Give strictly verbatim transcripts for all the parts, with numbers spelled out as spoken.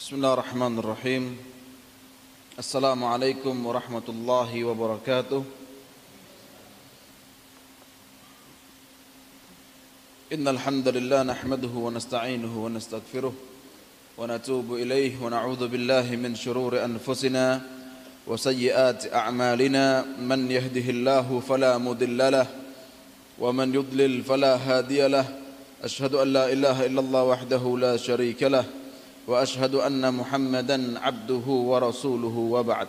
Bismillahirrahmanirrahim. Assalamualaikum warahmatullahi wabarakatuh. Innal hamdalillah nahmaduhu wa nasta'inuhu wa nastaghfiruh wa natubu ilayhi wa na'udzu billahi min shururi anfusina wa sayyiati a'malina. Man yahdihillahu fala mudilla lahu wa man yudlil fala hadiya lahu. Ashhadu an la ilaha illallah wahdahu la syarika lahu wa ashhadu anna Muhammadan abduhu wa rasuluhu wa ba'd.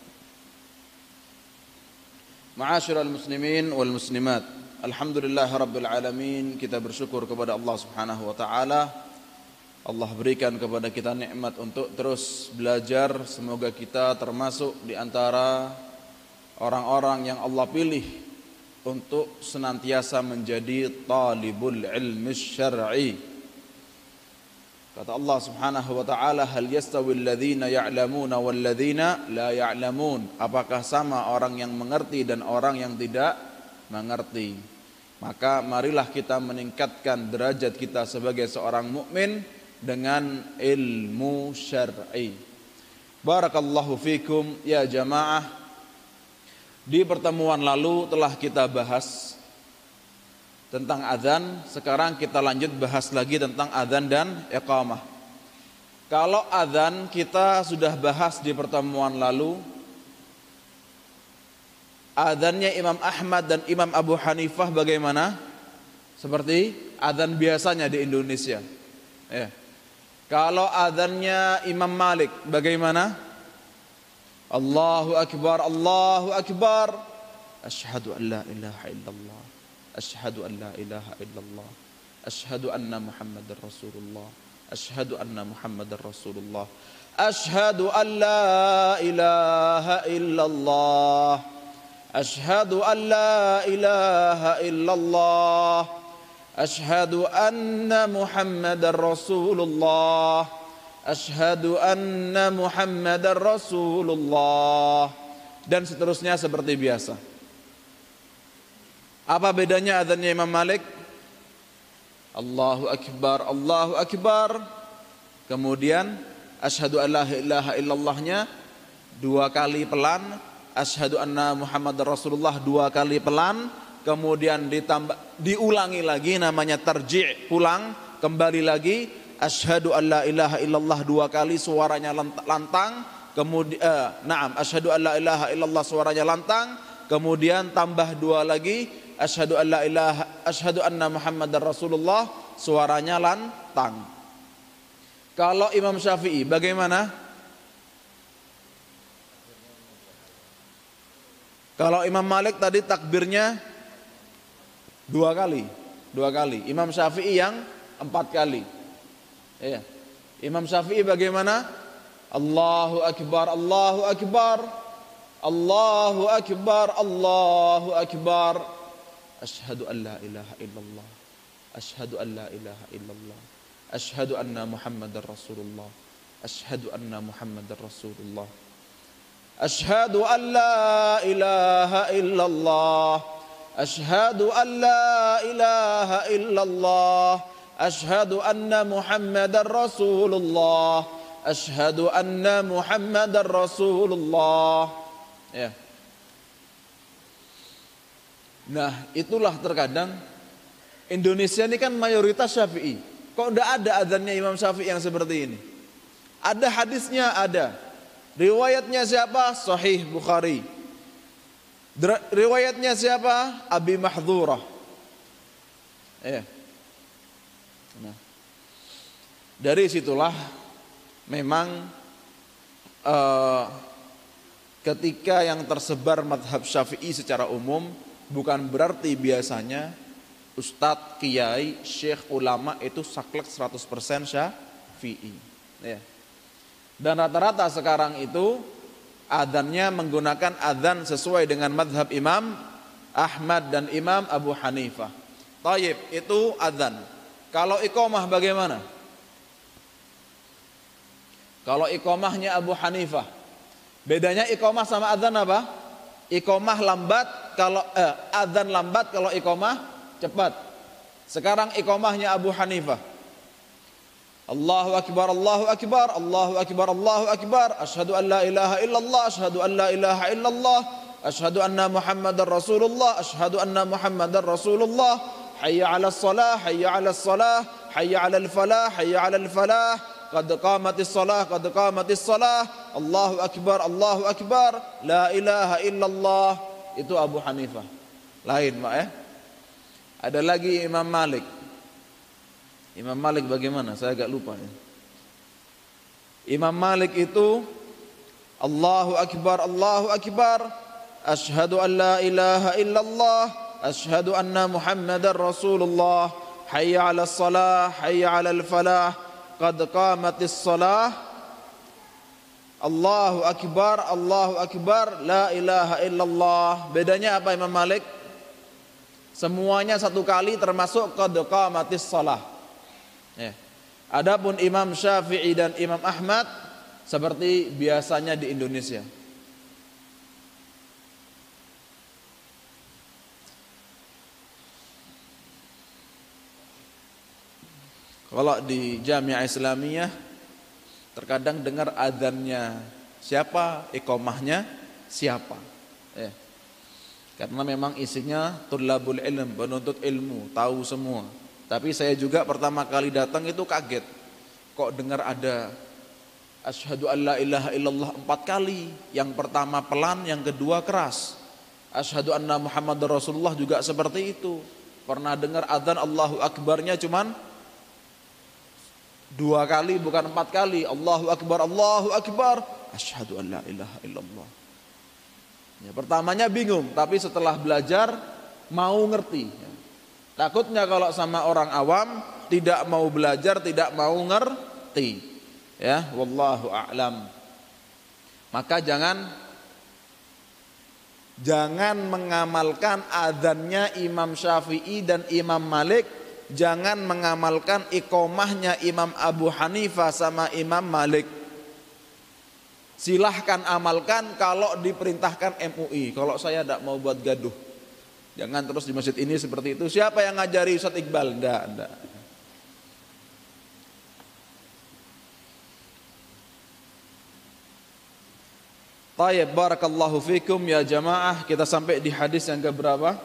Ma'asyiral muslimin wal muslimat, alhamdulillah rabbil alamin. Kita bersyukur kepada Allah Subhanahu wa taala. Allah berikan kepada kita nikmat untuk terus belajar. Semoga kita termasuk di antara orang-orang yang Allah pilih untuk senantiasa menjadi talibul ilmi syar'i. Kata Allah Subhanahu wa taala, hal yastawil ladzina ya'lamuna wal ladzina la ya'lamun? Apakah sama orang yang mengerti dan orang yang tidak mengerti? Maka marilah kita meningkatkan derajat kita sebagai seorang mukmin dengan ilmu syar'i. Barakallahu fikum ya jamaah. Di pertemuan lalu telah kita bahas tentang azan. Sekarang kita lanjut bahas lagi tentang azan dan iqamah. Kalau azan kita sudah bahas di pertemuan lalu. Azannya Imam Ahmad dan Imam Abu Hanifah bagaimana? Seperti azan biasanya di Indonesia. Ya. Kalau azannya Imam Malik bagaimana? Allahu Akbar, Allahu Akbar, asyhadu an la ilaha illallah, asyhadu an la ilaha illallah, asyhadu anna Muhammadar Rasulullah, asyhadu anna Muhammadar Rasulullah, asyhadu an la ilaha illallah, asyhadu an la ilaha illallah, asyhadu anna Muhammadar Rasulullah, asyhadu anna Muhammadar Rasulullah, dan seterusnya seperti biasa. Apa bedanya azannya Imam Malik? Allahu Akbar, Allahu Akbar, kemudian asyhadu an la ilaha illallahnya dua kali pelan, asyhadu anna Muhammadar Rasulullah dua kali pelan, kemudian ditambah diulangi lagi, namanya tarji', pulang kembali lagi, asyhadu an la ilaha illallah dua kali, suaranya lantang, kemudian eh, na'am asyhadu an la ilaha illallah suaranya lantang, kemudian tambah dua lagi, asyhadu an la ilaha asyhadu anna Muhammadar Rasulullah, suaranya lantang. Kalau Imam Syafi'i bagaimana? Kalau Imam Malik tadi takbirnya dua kali, dua kali. Imam Syafi'i yang empat kali. Iya. Imam Syafi'i bagaimana? Allahu Akbar, Allahu Akbar, Allahu Akbar, Allahu Akbar, asyhadu an la ilaha illallah, asyhadu an la ilaha illallah, asyhadu anna Muhammadar Rasulullah, asyhadu anna Muhammadar Rasulullah, asyhadu an la ilaha illallah, asyhadu an la ilaha illallah, asyhadu anna Muhammadar Rasulullah, asyhadu anna Muhammadar Rasulullah. Ya. Nah, itulah terkadang Indonesia ini kan mayoritas Syafi'i. Kok enggak ada azannya Imam Syafi'i yang seperti ini? Ada hadisnya, ada. Riwayatnya siapa? Sahih Bukhari. Riwayatnya siapa? Abi Mahdhurah. Ya. Nah, dari situlah memang uh, ketika yang tersebar mazhab Syafi'i secara umum, bukan berarti biasanya ustadz, kiai, syekh, ulama itu saklek seratus persen Syafi'i. Ya. Dan rata-rata sekarang itu adzannya menggunakan adzan sesuai dengan mazhab Imam Ahmad dan Imam Abu Hanifah. Tayyib, itu adzan. Kalau iqamah bagaimana? Kalau iqamahnya Abu Hanifah, bedanya iqamah sama adzan apa? Iqamah lambat kalau eh, adzan lambat, kalau iqamah cepat. Sekarang iqamahnya Abu Hanifah. Allahu akbar, Allahu akbar, Allahu akbar, Allahu akbar. Asyhadu an la ilaha illallah, asyhadu an la ilaha illallah, asyhadu anna Muhammadar Rasulullah, asyhadu anna Muhammadar Rasulullah. Hayya 'alas shalah, hayya 'alas salah, hayya 'alal falah, hayya 'alal falah. Qad qamatis shalah, qad qamatis shalah. Allahu akbar, Allahu akbar, la ilaha illallah. Itu Abu Hanifah. Lain, Pak ya. Ada lagi Imam Malik. Imam Malik bagaimana? Saya agak lupa ya. Imam Malik itu Allahu akbar, Allahu akbar, asyhadu an la ilaha illallah, asyhadu anna Muhammadar Rasulullah, hayya 'alas shalah, hayya 'alal falah, qad qamatis shalah. Allahu akbar, Allahu akbar, la ilaha illallah. Bedanya apa Imam Malik? Semuanya satu kali termasuk qad qamatis shalah. Ya. Adapun Imam Syafi'i dan Imam Ahmad seperti biasanya di Indonesia. Kalau di Jamiah Islamiyah terkadang dengar adzannya siapa, iqamahnya siapa. Ya. Karena memang isinya tulabul ilm, penuntut ilmu, tahu semua. Tapi saya juga pertama kali datang itu kaget. Kok dengar ada asyhadu an la ilaha illallah empat kali. Yang pertama pelan, yang kedua keras. Asyhadu anna Muhammadar Rasulullah juga seperti itu. Pernah dengar adzan Allahu Akbarnya cuman dua kali bukan empat kali. Allahu Akbar, Allahu Akbar, asyhadu an la ilaha illallah. Ya, pertamanya bingung, tapi setelah belajar mau ngerti. Ya. Takutnya kalau sama orang awam tidak mau belajar, tidak mau ngerti. Ya, wallahu a'lam. Maka jangan jangan mengamalkan adzannya Imam Syafi'i dan Imam Malik, jangan mengamalkan iqamahnya Imam Abu Hanifah sama Imam Malik. Silahkan amalkan kalau diperintahkan M U I. Kalau saya tidak mau buat gaduh. Jangan terus di masjid ini seperti itu. Siapa yang ngajari Ustaz Iqbal? Enggak, enggak. Tayyib, barakallahu fikum ya jamaah. Kita sampai di hadis yang keberapa?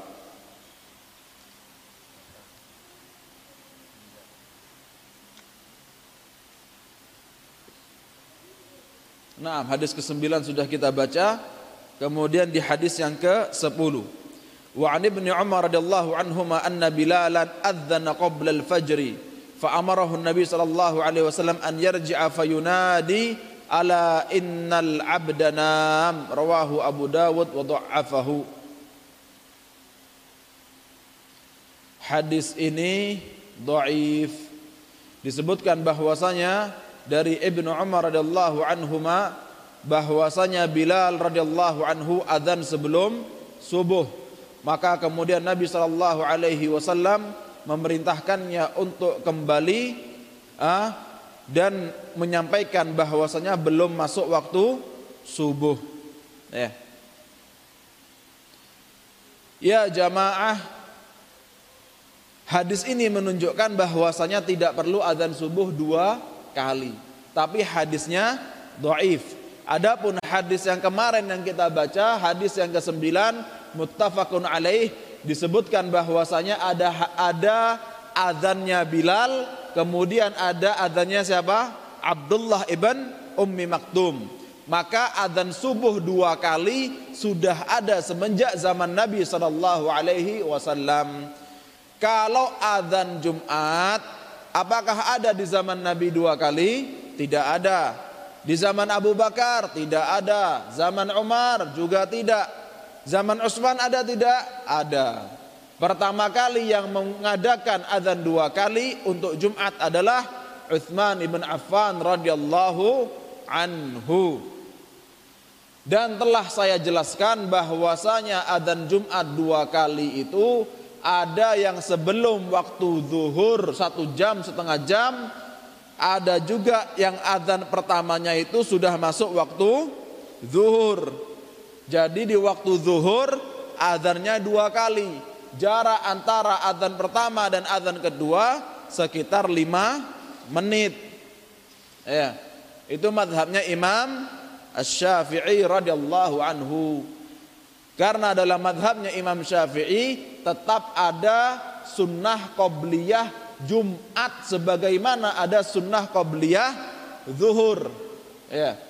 Nah, hadis kesembilan sudah kita baca. Kemudian di hadis yang ke sepuluh. Wa 'an Ibnu Umar radhiyallahu anhuma anna Bilalan adzana qabla al-fajr fa amarahu an-nabi sallallahu alaihi wasallam an yarji'a fayunadi ala innal 'abda nam. Rawahu Abu Dawud wa dha'afahu. Hadis ini dhaif. Disebutkan bahwasanya dari Ibnu Umar radhiyallahu anhuma bahwasanya Bilal radhiyallahu anhu adzan sebelum subuh. Maka kemudian Nabi sallallahu alaihi wasallam memerintahkannya untuk kembali ah, dan menyampaikan bahwasanya belum masuk waktu subuh. Ya. Ya jamaah, hadis ini menunjukkan bahwasanya tidak perlu adzan subuh dua kali. Tapi hadisnya dhaif. Adapun hadis yang kemarin yang kita baca, hadis yang kesembilan muttafaqun alaih, disebutkan bahwasanya ada ada adzannya Bilal, kemudian ada adzannya siapa? Abdullah ibn Ummi Maktum. Maka adzan subuh dua kali sudah ada semenjak zaman Nabi sallallahu alaihi wasallam. Kalau adzan Jumat, apakah ada di zaman Nabi dua kali? Tidak ada. Di zaman Abu Bakar tidak ada. Zaman Umar juga tidak. Zaman Utsman ada tidak? Ada. Pertama kali yang mengadakan adzan dua kali untuk Jumat adalah Utsman ibn Affan radhiyallahu anhu. Dan telah saya jelaskan bahwasanya adzan Jumat dua kali itu ada yang sebelum waktu zuhur satu jam setengah jam, ada juga yang adzan pertamanya itu sudah masuk waktu zuhur. Jadi di waktu zuhur adzannya dua kali. Jarak antara adzan pertama dan adzan kedua sekitar lima menit. Ya, itu madhabnya Imam Asy-Syafi'i radhiyallahu anhu. Karena dalam madhabnya Imam Syafi'i tetap ada sunnah qobliyah Jumat sebagaimana ada sunnah qobliyah zuhur. Ya.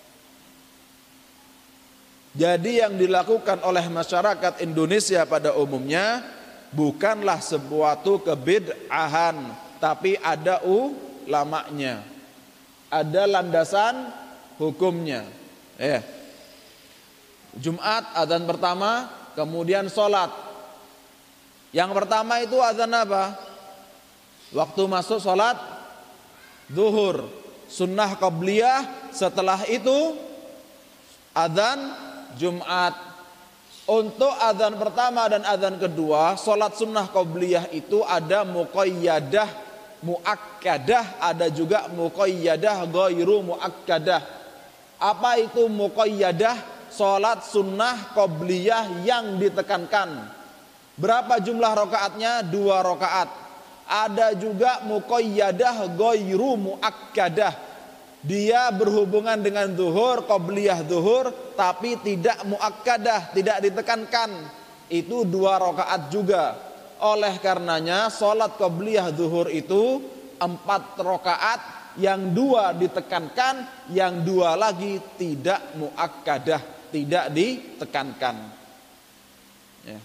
Jadi yang dilakukan oleh masyarakat Indonesia pada umumnya bukanlah sesuatu kebid'ahan, tapi ada ulamanya, ada landasan hukumnya. Ya. Jumat adzan pertama, kemudian sholat. Yang pertama itu adzan apa? Waktu masuk sholat zuhur, sunnah qabliyah. Setelah itu adzan Jumat. Untuk adzan pertama dan adzan kedua, sholat sunnah qabliyah itu ada muqayyadah, muakkadah, ada juga muqayyadah ghairu muakkadah. Apa itu muqayyadah? Sholat sunnah qabliyah yang ditekankan. Berapa jumlah rakaatnya? Dua rakaat. Ada juga muqayyadah ghairu muakkadah. Dia berhubungan dengan zuhur, qabliyah zuhur, tapi tidak muakkadah, tidak ditekankan. Itu dua rakaat juga. Oleh karenanya sholat qabliyah zuhur itu empat rakaat, yang dua ditekankan, yang dua lagi tidak muakkadah, tidak ditekankan. Ya.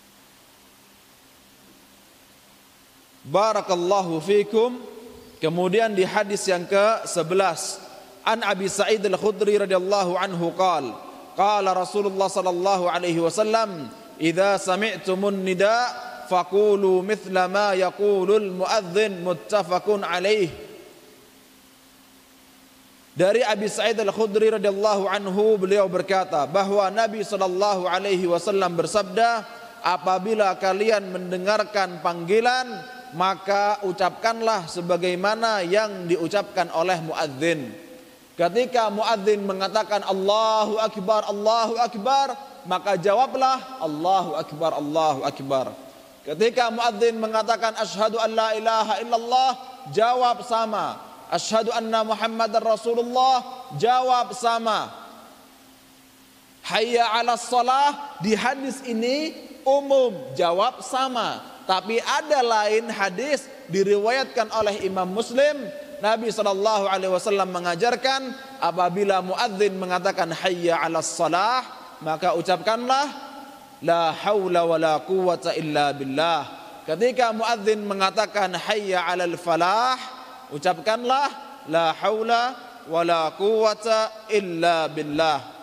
Barakallahu fikum. Kemudian di hadis yang ke sebelas, an Abi Sa'id Al-Khudri radhiyallahu anhu qala qala Rasulullah sallallahu alaihi wasallam idza sami'tumun nida faqulu mithla ma yaqulul muadzin, muttafaqun alaih. Dari Abi Sa'id Al-Khudri radhiyallahu anhu, beliau berkata bahwa Nabi sallallahu alaihi wasallam bersabda, apabila kalian mendengarkan panggilan, maka ucapkanlah sebagaimana yang diucapkan oleh muadzin. Ketika muadzin mengatakan Allahu Akbar, Allahu Akbar, maka jawablah Allahu Akbar, Allahu Akbar. Ketika muadzin mengatakan asyhadu an la ilaha illallah, jawab sama. Asyhadu anna Muhammadar Rasulullah, jawab sama. Hayya 'alas shalah, di hadis ini umum, jawab sama. Tapi ada lain hadis diriwayatkan oleh Imam Muslim, Nabi sallallahu alaihi wasallam mengajarkan apabila muadzin mengatakan hayya 'alas shalah, maka ucapkanlah la haula wala quwwata illa billah. Ketika muadzin mengatakan hayya 'alal falah, ucapkanlah la haula wala quwwata illa billah.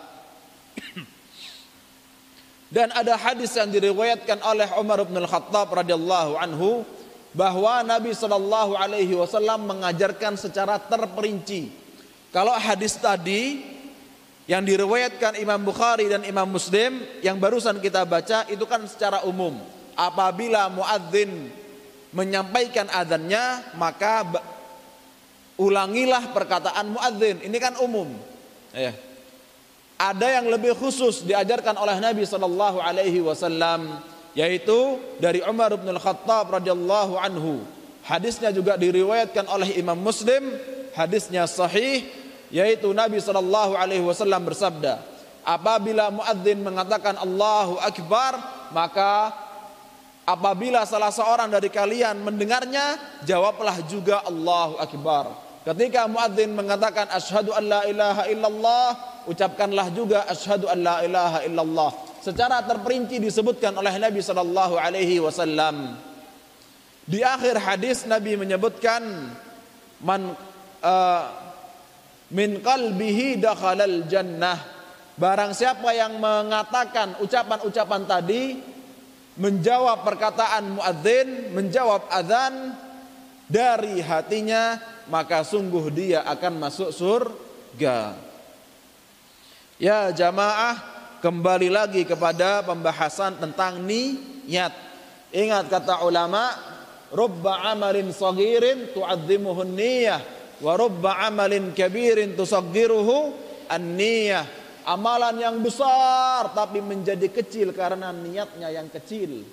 Dan ada hadis yang diriwayatkan oleh Umar bin Al-Khattab radhiyallahu anhu bahwa Nabi sallallahu alaihi wasallam mengajarkan secara terperinci. Kalau hadis tadi yang diriwayatkan Imam Bukhari dan Imam Muslim yang barusan kita baca itu kan secara umum. Apabila muadzin menyampaikan adzannya, maka ulangilah perkataan muadzin. Ini kan umum. Ya. Ada yang lebih khusus diajarkan oleh Nabi sallallahu alaihi wasallam, yaitu dari Umar bin Al-Khattab radhiyallahu anhu. Hadisnya juga diriwayatkan oleh Imam Muslim, hadisnya sahih, yaitu Nabi sallallahu alaihi wasallam bersabda, apabila muadzin mengatakan Allahu Akbar, maka apabila salah seorang dari kalian mendengarnya, jawablah juga Allahu Akbar. Ketika muadzin mengatakan asyhadu an la ilaha illallah, ucapkanlah juga asyhadu an la ilaha illallah. Secara terperinci disebutkan oleh Nabi sallallahu alaihi wasallam. Di akhir hadis Nabi menyebutkan man uh, min qalbihi dakhalal jannah. Barang siapa yang mengatakan ucapan-ucapan tadi, menjawab perkataan muadzin, menjawab azan dari hatinya, maka sungguh dia akan masuk surga. Ya jamaah, kembali lagi kepada pembahasan tentang niat. Ingat kata ulama, rubba amalin saghirin tu'azzimuhun niyah, wa rubba amalin kabirin tusaggiruhu an-niyah. Amalan yang besar tapi menjadi kecil karena niatnya yang kecil.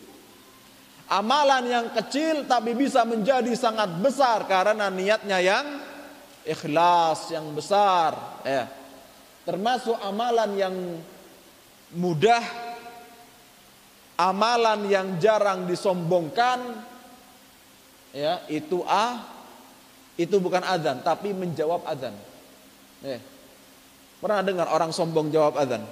Amalan yang kecil tapi bisa menjadi sangat besar karena niatnya yang ikhlas yang besar, ya. Termasuk amalan yang mudah, amalan yang jarang disombongkan, ya, itu a itu bukan adzan tapi menjawab adzan. Ya. Pernah dengar orang sombong jawab adzan?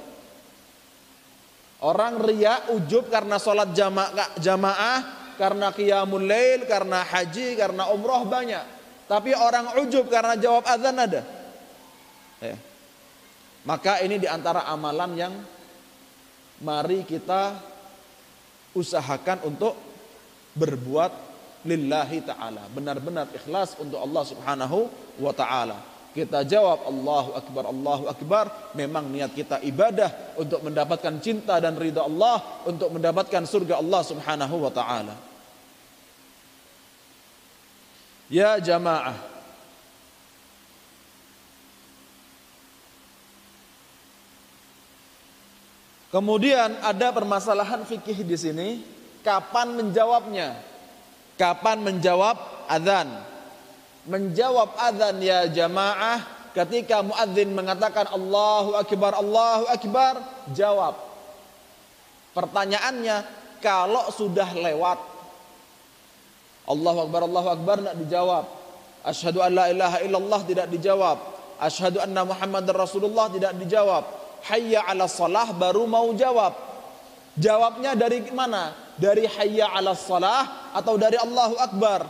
Orang riya, ujub karena sholat jamaah, jamaah, karena qiyamul lail, karena haji, karena umroh banyak. Tapi orang ujub karena jawab adzan ada. Ya. Maka ini diantara amalan yang mari kita usahakan untuk berbuat lillahi ta'ala. Benar-benar ikhlas untuk Allah subhanahu wa ta'ala. Kita jawab Allahu Akbar, Allahu Akbar. Memang niat kita ibadah untuk mendapatkan cinta dan ridha Allah, untuk mendapatkan surga Allah subhanahu wa ta'ala. Ya jamaah, kemudian ada permasalahan fikih di sini. Kapan menjawabnya? Kapan menjawab adzan? Menjawab adzan ya jamaah ketika muadzin mengatakan Allahu Akbar, Allahu Akbar, jawab. Pertanyaannya, kalau sudah lewat Allahu Akbar, Allahu Akbar tidak dijawab, asyhadu an la ilaha illallah tidak dijawab, asyhadu anna Muhammadar Rasulullah tidak dijawab, hayya 'alas shalah baru mau jawab. Jawabnya dari mana? Dari hayya 'alas shalah atau dari Allahu Akbar?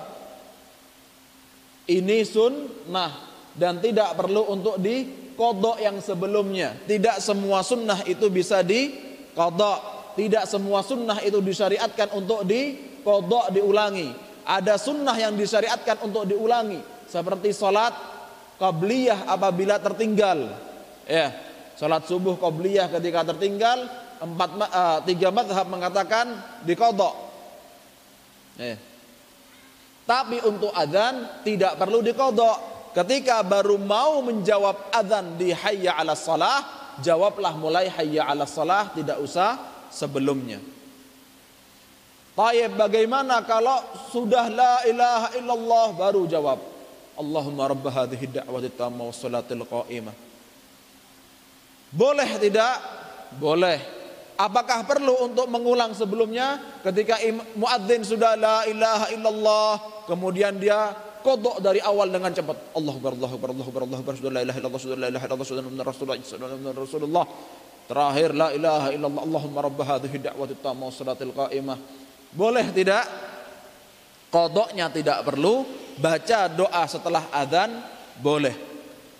Ini sunnah dan tidak perlu untuk diqadha yang sebelumnya. Tidak semua sunnah itu bisa diqadha. Tidak semua sunnah itu disyariatkan untuk diqadha, diulangi. Ada sunnah yang disyariatkan untuk diulangi, seperti salat qabliyah apabila tertinggal. Ya, salat subuh qabliyah ketika tertinggal, empat uh, tiga mazhab mengatakan diqadha. Ya. Tapi untuk adzan tidak perlu diqadha. Ketika baru mau menjawab adzan di hayya 'alas shalah, jawablah mulai hayya 'alas shalah, tidak usah sebelumnya. Tayyib, bagaimana kalau sudah la ilaha illallah baru jawab Allahumma rabb hadhihi ad-da'wati at-tammah was salatil qa'imah? Boleh tidak? Boleh. Apakah perlu untuk mengulang sebelumnya? Ketika muadzin sudah la ilaha illallah, kemudian dia qadha dari awal dengan cepat. Allahu Akbar, Allahu Akbar, Allahu Akbar, Allahu Akbar, la ilaha illallah, la ilaha illallah, Rasulullah, Rasulullah. Terakhir la ilaha illallah, Allahumma rabb hadhihi da'wati tammah was salatil qa'imah. Boleh tidak? Qadhanya tidak perlu. Baca doa setelah adzan boleh.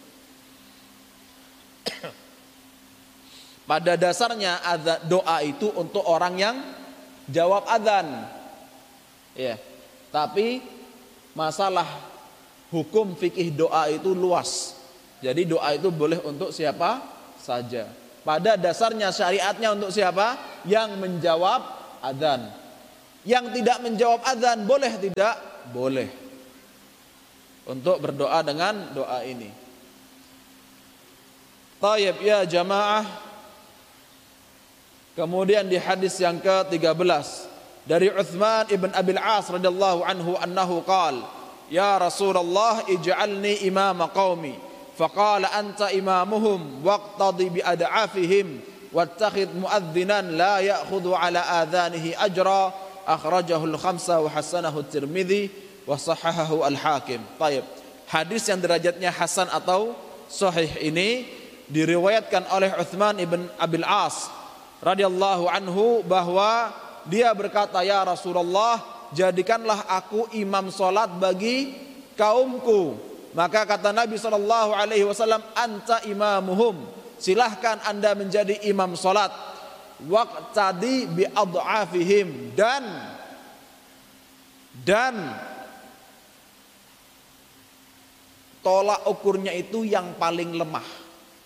Pada dasarnya adzan, doa itu untuk orang yang jawab adzan. Ya. Tapi masalah hukum fikih doa itu luas. Jadi doa itu boleh untuk siapa saja. Pada dasarnya syariatnya untuk siapa? Yang menjawab adzan. Yang tidak menjawab adzan boleh tidak? Boleh. Untuk berdoa dengan doa ini. Tayyib ya jamaah. Kemudian di hadis yang ke tiga belas dari Utsman ibn Abil As radhiyallahu anhu annahu qala ya Rasulullah ij'alni imama qaumi faqala anta imamuhum waqtadi bi ad'afihim wattakhidh muadzinan la ya'khudhu ala adhanihi ajra akhrajahu al-khamsa wa hasanahu at-Tirmidzi wa sahahahu al-Hakim. Baik. Hadis yang derajatnya hasan atau sahih ini diriwayatkan oleh Utsman ibn Abil As radhiyallahu anhu bahwa dia berkata, ya Rasulullah, jadikanlah aku imam salat bagi kaumku. Maka kata Nabi sallallahu alaihi wasallam, anta imamuhum, silahkan anda menjadi imam salat. Waqtadi bi ad'afihim, dan dan tolak ukurnya itu yang paling lemah.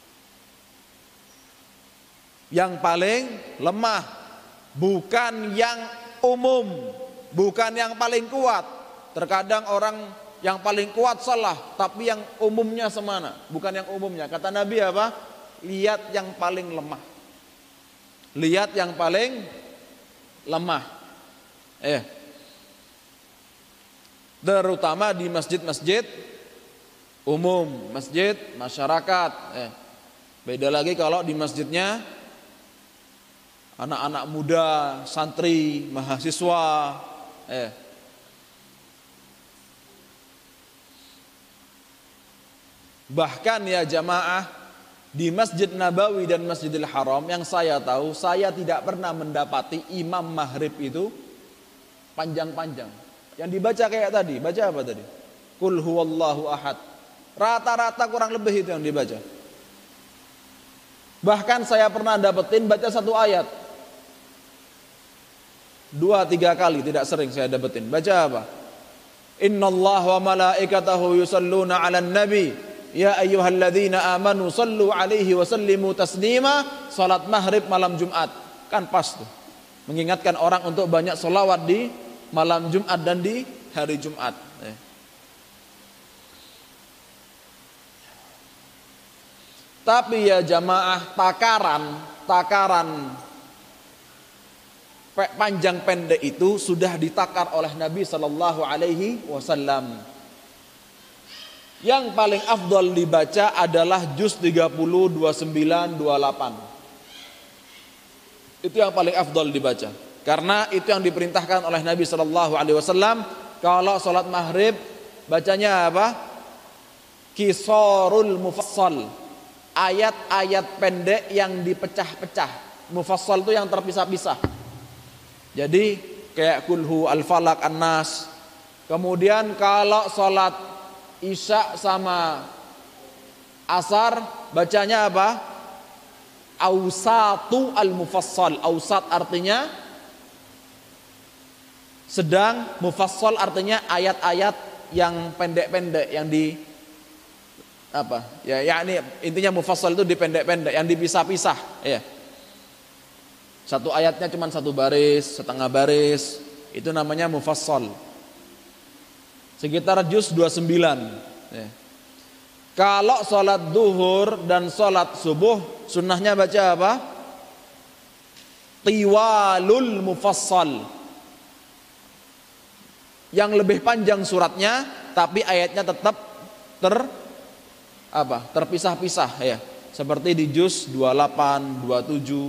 Yang paling lemah, bukan yang umum, bukan yang paling kuat. Terkadang orang yang paling kuat salah, tapi yang umumnya semana, bukan yang umumnya. Kata Nabi apa? Lihat yang paling lemah. Lihat yang paling lemah. Eh. Terutama di masjid-masjid umum, masjid, masyarakat. Eh. Beda lagi kalau di masjidnya anak-anak muda, santri, mahasiswa. Eh. Bahkan ya jamaah, di Masjid Nabawi dan Masjidil Haram yang saya tahu, saya tidak pernah mendapati imam maghrib itu panjang-panjang. Yang dibaca kayak tadi, baca apa tadi? Qul huwallahu ahad. Rata-rata kurang lebih itu yang dibaca. Bahkan saya pernah dapetin baca satu ayat dua tiga kali, tidak sering saya dapetin. Baca apa? Innallaha wa malaikatahu yusalluna 'alan nabi ya ayyuhalladzina amanu sallu 'alaihi wa sallimu taslima. Salat maghrib malam Jumat. Kan pas tuh. Mengingatkan orang untuk banyak selawat di malam Jumat dan di hari Jumat. Eh. Tapi ya jamaah, takaran takaran panjang pendek itu sudah ditakar oleh Nabi Sallallahu Alaihi Wasallam. Yang paling afdal dibaca adalah juz tiga puluh, dua puluh sembilan, dua puluh delapan. Itu yang paling afdal dibaca. Karena itu yang diperintahkan oleh Nabi Sallallahu Alaihi Wasallam. Kalau sholat maghrib bacanya apa? Qisarul mufassal. Ayat-ayat pendek yang dipecah-pecah. Mufassal itu yang terpisah-pisah. Jadi kayak kulhu, al-falak, an-nas. Kemudian kalau sholat isya sama asar bacanya apa? Ausatu al-mufassal. Ausat artinya sedang, mufassal artinya ayat-ayat yang pendek-pendek, yang di apa? Ya, yakni intinya mufassal itu dipendek-pendek, yang dipisah-pisah, ya. Satu ayatnya cuma satu baris, setengah baris, itu namanya mufassal. Sekitar juz dua puluh sembilan. Ya. Kalau sholat duhur dan sholat subuh, sunnahnya baca apa? Tiwalul mufassal. Yang lebih panjang suratnya, tapi ayatnya tetap ter apa? Terpisah-pisah, ya. Seperti di juz dua puluh delapan, dua puluh tujuh.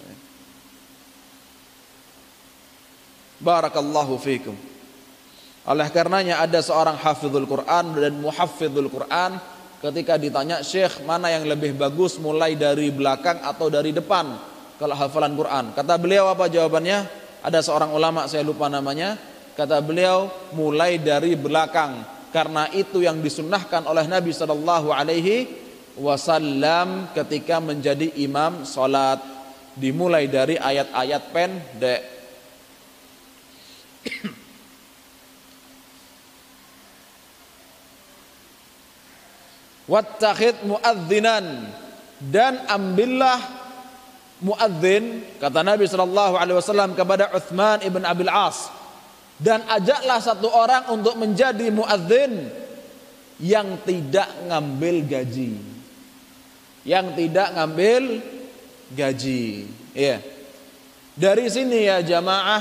Barakallahu fiikum. Oleh karenanya ada seorang hafizul Quran dan muhafizul Quran, ketika ditanya, "Syekh, mana yang lebih bagus, mulai dari belakang atau dari depan kalau hafalan Quran?" Kata beliau apa jawabannya? Ada seorang ulama, saya lupa namanya, kata beliau mulai dari belakang, karena itu yang disunnahkan oleh Nabi Sallallahu Alaihi Wasallam ketika menjadi imam salat, dimulai dari ayat-ayat pendek. Wattakhid muadzinan, dan ambillah muadzin, kata Nabi Sallallahu Alaihi Wasallam kepada Utsman ibn Abil As, dan ajaklah satu orang untuk menjadi muadzin yang tidak ngambil gaji, yang tidak ngambil gaji. Iya. Dari sini ya jamaah,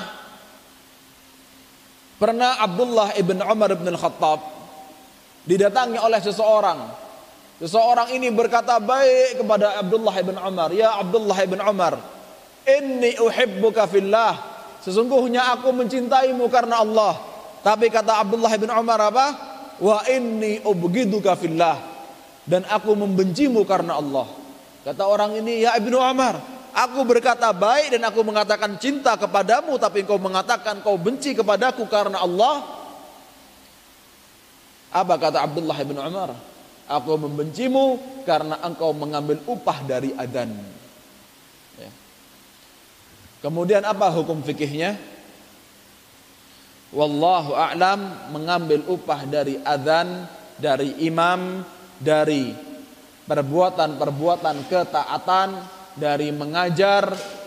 pernah Abdullah ibn Umar ibn al-Khattab didatangi oleh seseorang. Seseorang ini berkata baik kepada Abdullah ibn Umar, "Ya Abdullah ibn Umar, inni uhibbuka fillah." Sesungguhnya aku mencintaimu karena Allah. Tapi kata Abdullah bin Umar apa? Wa inni ubghiduka fillah. Dan aku membencimu karena Allah. Kata orang ini, "Ya Ibnu Umar, aku berkata baik dan aku mengatakan cinta kepadamu, tapi engkau mengatakan kau benci kepadaku karena Allah." Apa kata Abdullah bin Umar? "Aku membencimu karena engkau mengambil upah dari adzan." Ya. Kemudian apa hukum fikihnya? Wallahu a'lam, mengambil upah dari adzan, dari imam, dari perbuatan-perbuatan ketaatan, dari mengajar.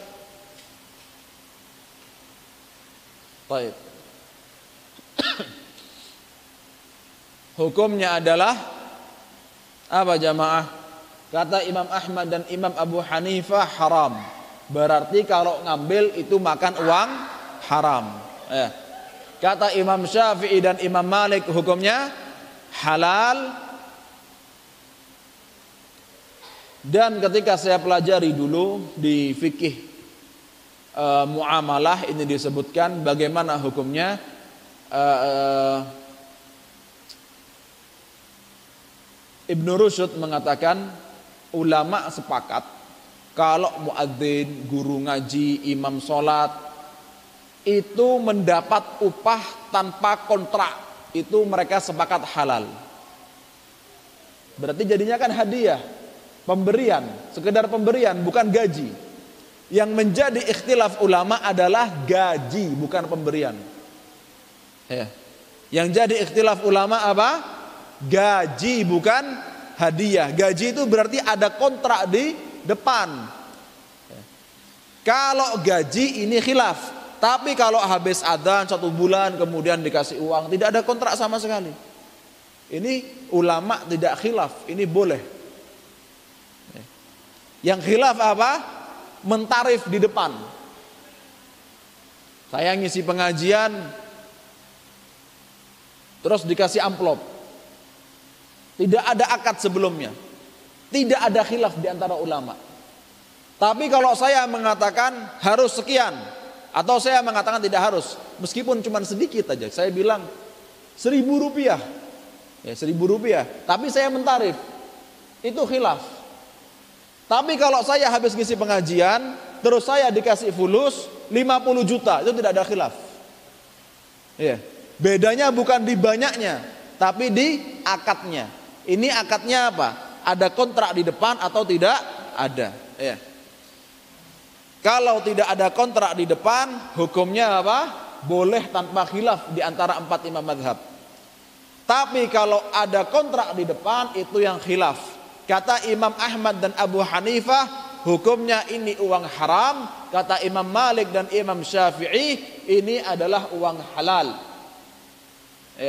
Baik. Hukumnya adalah apa jamaah? Kata Imam Ahmad dan Imam Abu Hanifah haram. Berarti kalau ngambil itu makan uang haram. Eh. Kata Imam Syafi'i dan Imam Malik hukumnya halal. Dan ketika saya pelajari dulu di fikih e, muamalah ini disebutkan bagaimana hukumnya, e, e, Ibnu Rusyd mengatakan ulama sepakat kalau muadzin, guru ngaji, imam sholat itu mendapat upah tanpa kontrak, itu mereka sepakat halal. Berarti jadinya kan hadiah, pemberian, sekedar pemberian, bukan gaji. Yang menjadi ikhtilaf ulama adalah gaji, bukan pemberian. Ya. Yang jadi ikhtilaf ulama apa? Gaji, bukan hadiah. Gaji itu berarti ada kontrak di depan. Ya. Kalau gaji ini khilaf, tapi kalau habis adzan satu bulan kemudian dikasih uang, tidak ada kontrak sama sekali. Ini ulama tidak khilaf, ini boleh. Yang khilaf apa? Mentarif di depan. Saya ngisi pengajian, terus dikasih amplop. Tidak ada akad sebelumnya. Tidak ada khilaf di antara ulama. Tapi kalau saya mengatakan harus sekian, atau saya mengatakan tidak harus, meskipun cuma sedikit aja, saya bilang seribu rupiah. Ya, seribu rupiah, tapi saya mentarif, itu khilaf. Tapi kalau saya habis ngisi pengajian, terus saya dikasih fulus lima puluh juta, itu tidak ada khilaf. Ya. Bedanya bukan di banyaknya, tapi di akadnya. Ini akadnya apa? Ada kontrak di depan atau tidak ada. Ya. Kalau tidak ada kontrak di depan, hukumnya apa? Boleh tanpa khilaf di antara empat imam mazhab. Tapi kalau ada kontrak di depan, itu yang khilaf. Kata Imam Ahmad dan Abu Hanifah, hukumnya ini uang haram. Kata Imam Malik dan Imam Syafi'i, ini adalah uang halal. Ya.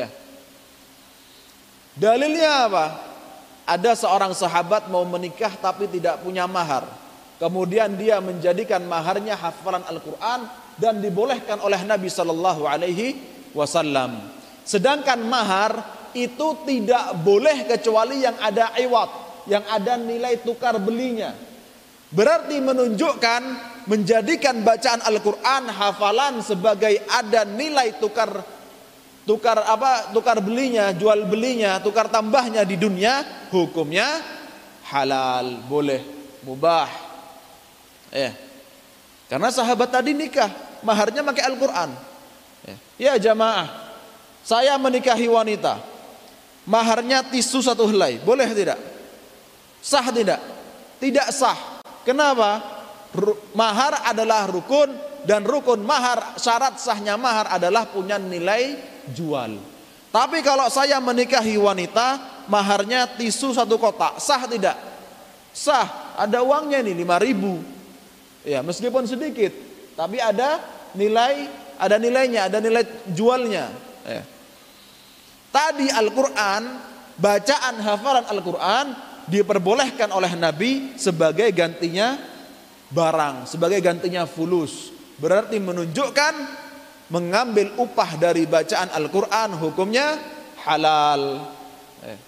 Dalilnya apa? Ada seorang sahabat mau menikah tapi tidak punya mahar. Kemudian dia menjadikan maharnya hafalan Al-Quran dan dibolehkan oleh Nabi Sallallahu Alaihi Wasallam. Sedangkan mahar itu tidak boleh kecuali yang ada iwat, yang ada nilai tukar belinya. Berarti menunjukkan menjadikan bacaan Al-Quran, hafalan sebagai ada nilai tukar tukar apa? Tukar belinya, jual belinya, tukar tambahnya di dunia, hukumnya halal, boleh, mubah. Ya. Karena sahabat tadi nikah, maharnya pakai Al-Quran. Ya, ya jamaah. Saya menikahi wanita, maharnya tisu satu helai, boleh tidak? Sah tidak? Tidak sah. Kenapa? Mahar adalah rukun, dan rukun mahar, syarat sahnya mahar adalah punya nilai jual. Tapi kalau saya menikahi wanita, maharnya tisu satu kotak, sah tidak? Sah. Ada uangnya nih lima ribu. Ya, meskipun sedikit, tapi ada nilai, ada nilainya, ada nilai jualnya. Ya. Tadi Al-Quran, bacaan hafalan Al-Quran diperbolehkan oleh Nabi sebagai gantinya barang, sebagai gantinya fulus. Berarti menunjukkan mengambil upah dari bacaan Al-Quran hukumnya halal. Eh.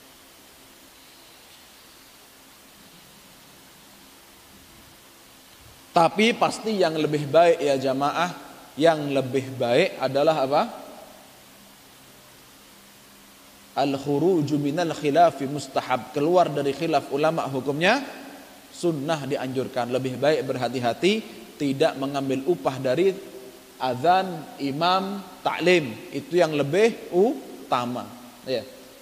Tapi pasti yang lebih baik ya jamaah, yang lebih baik adalah apa? Al-khuruju minal khilafi mustahab, keluar dari khilaf ulama hukumnya sunnah, dianjurkan. Lebih baik berhati-hati tidak mengambil upah dari azan, imam, taklim, itu yang lebih utama. Ya.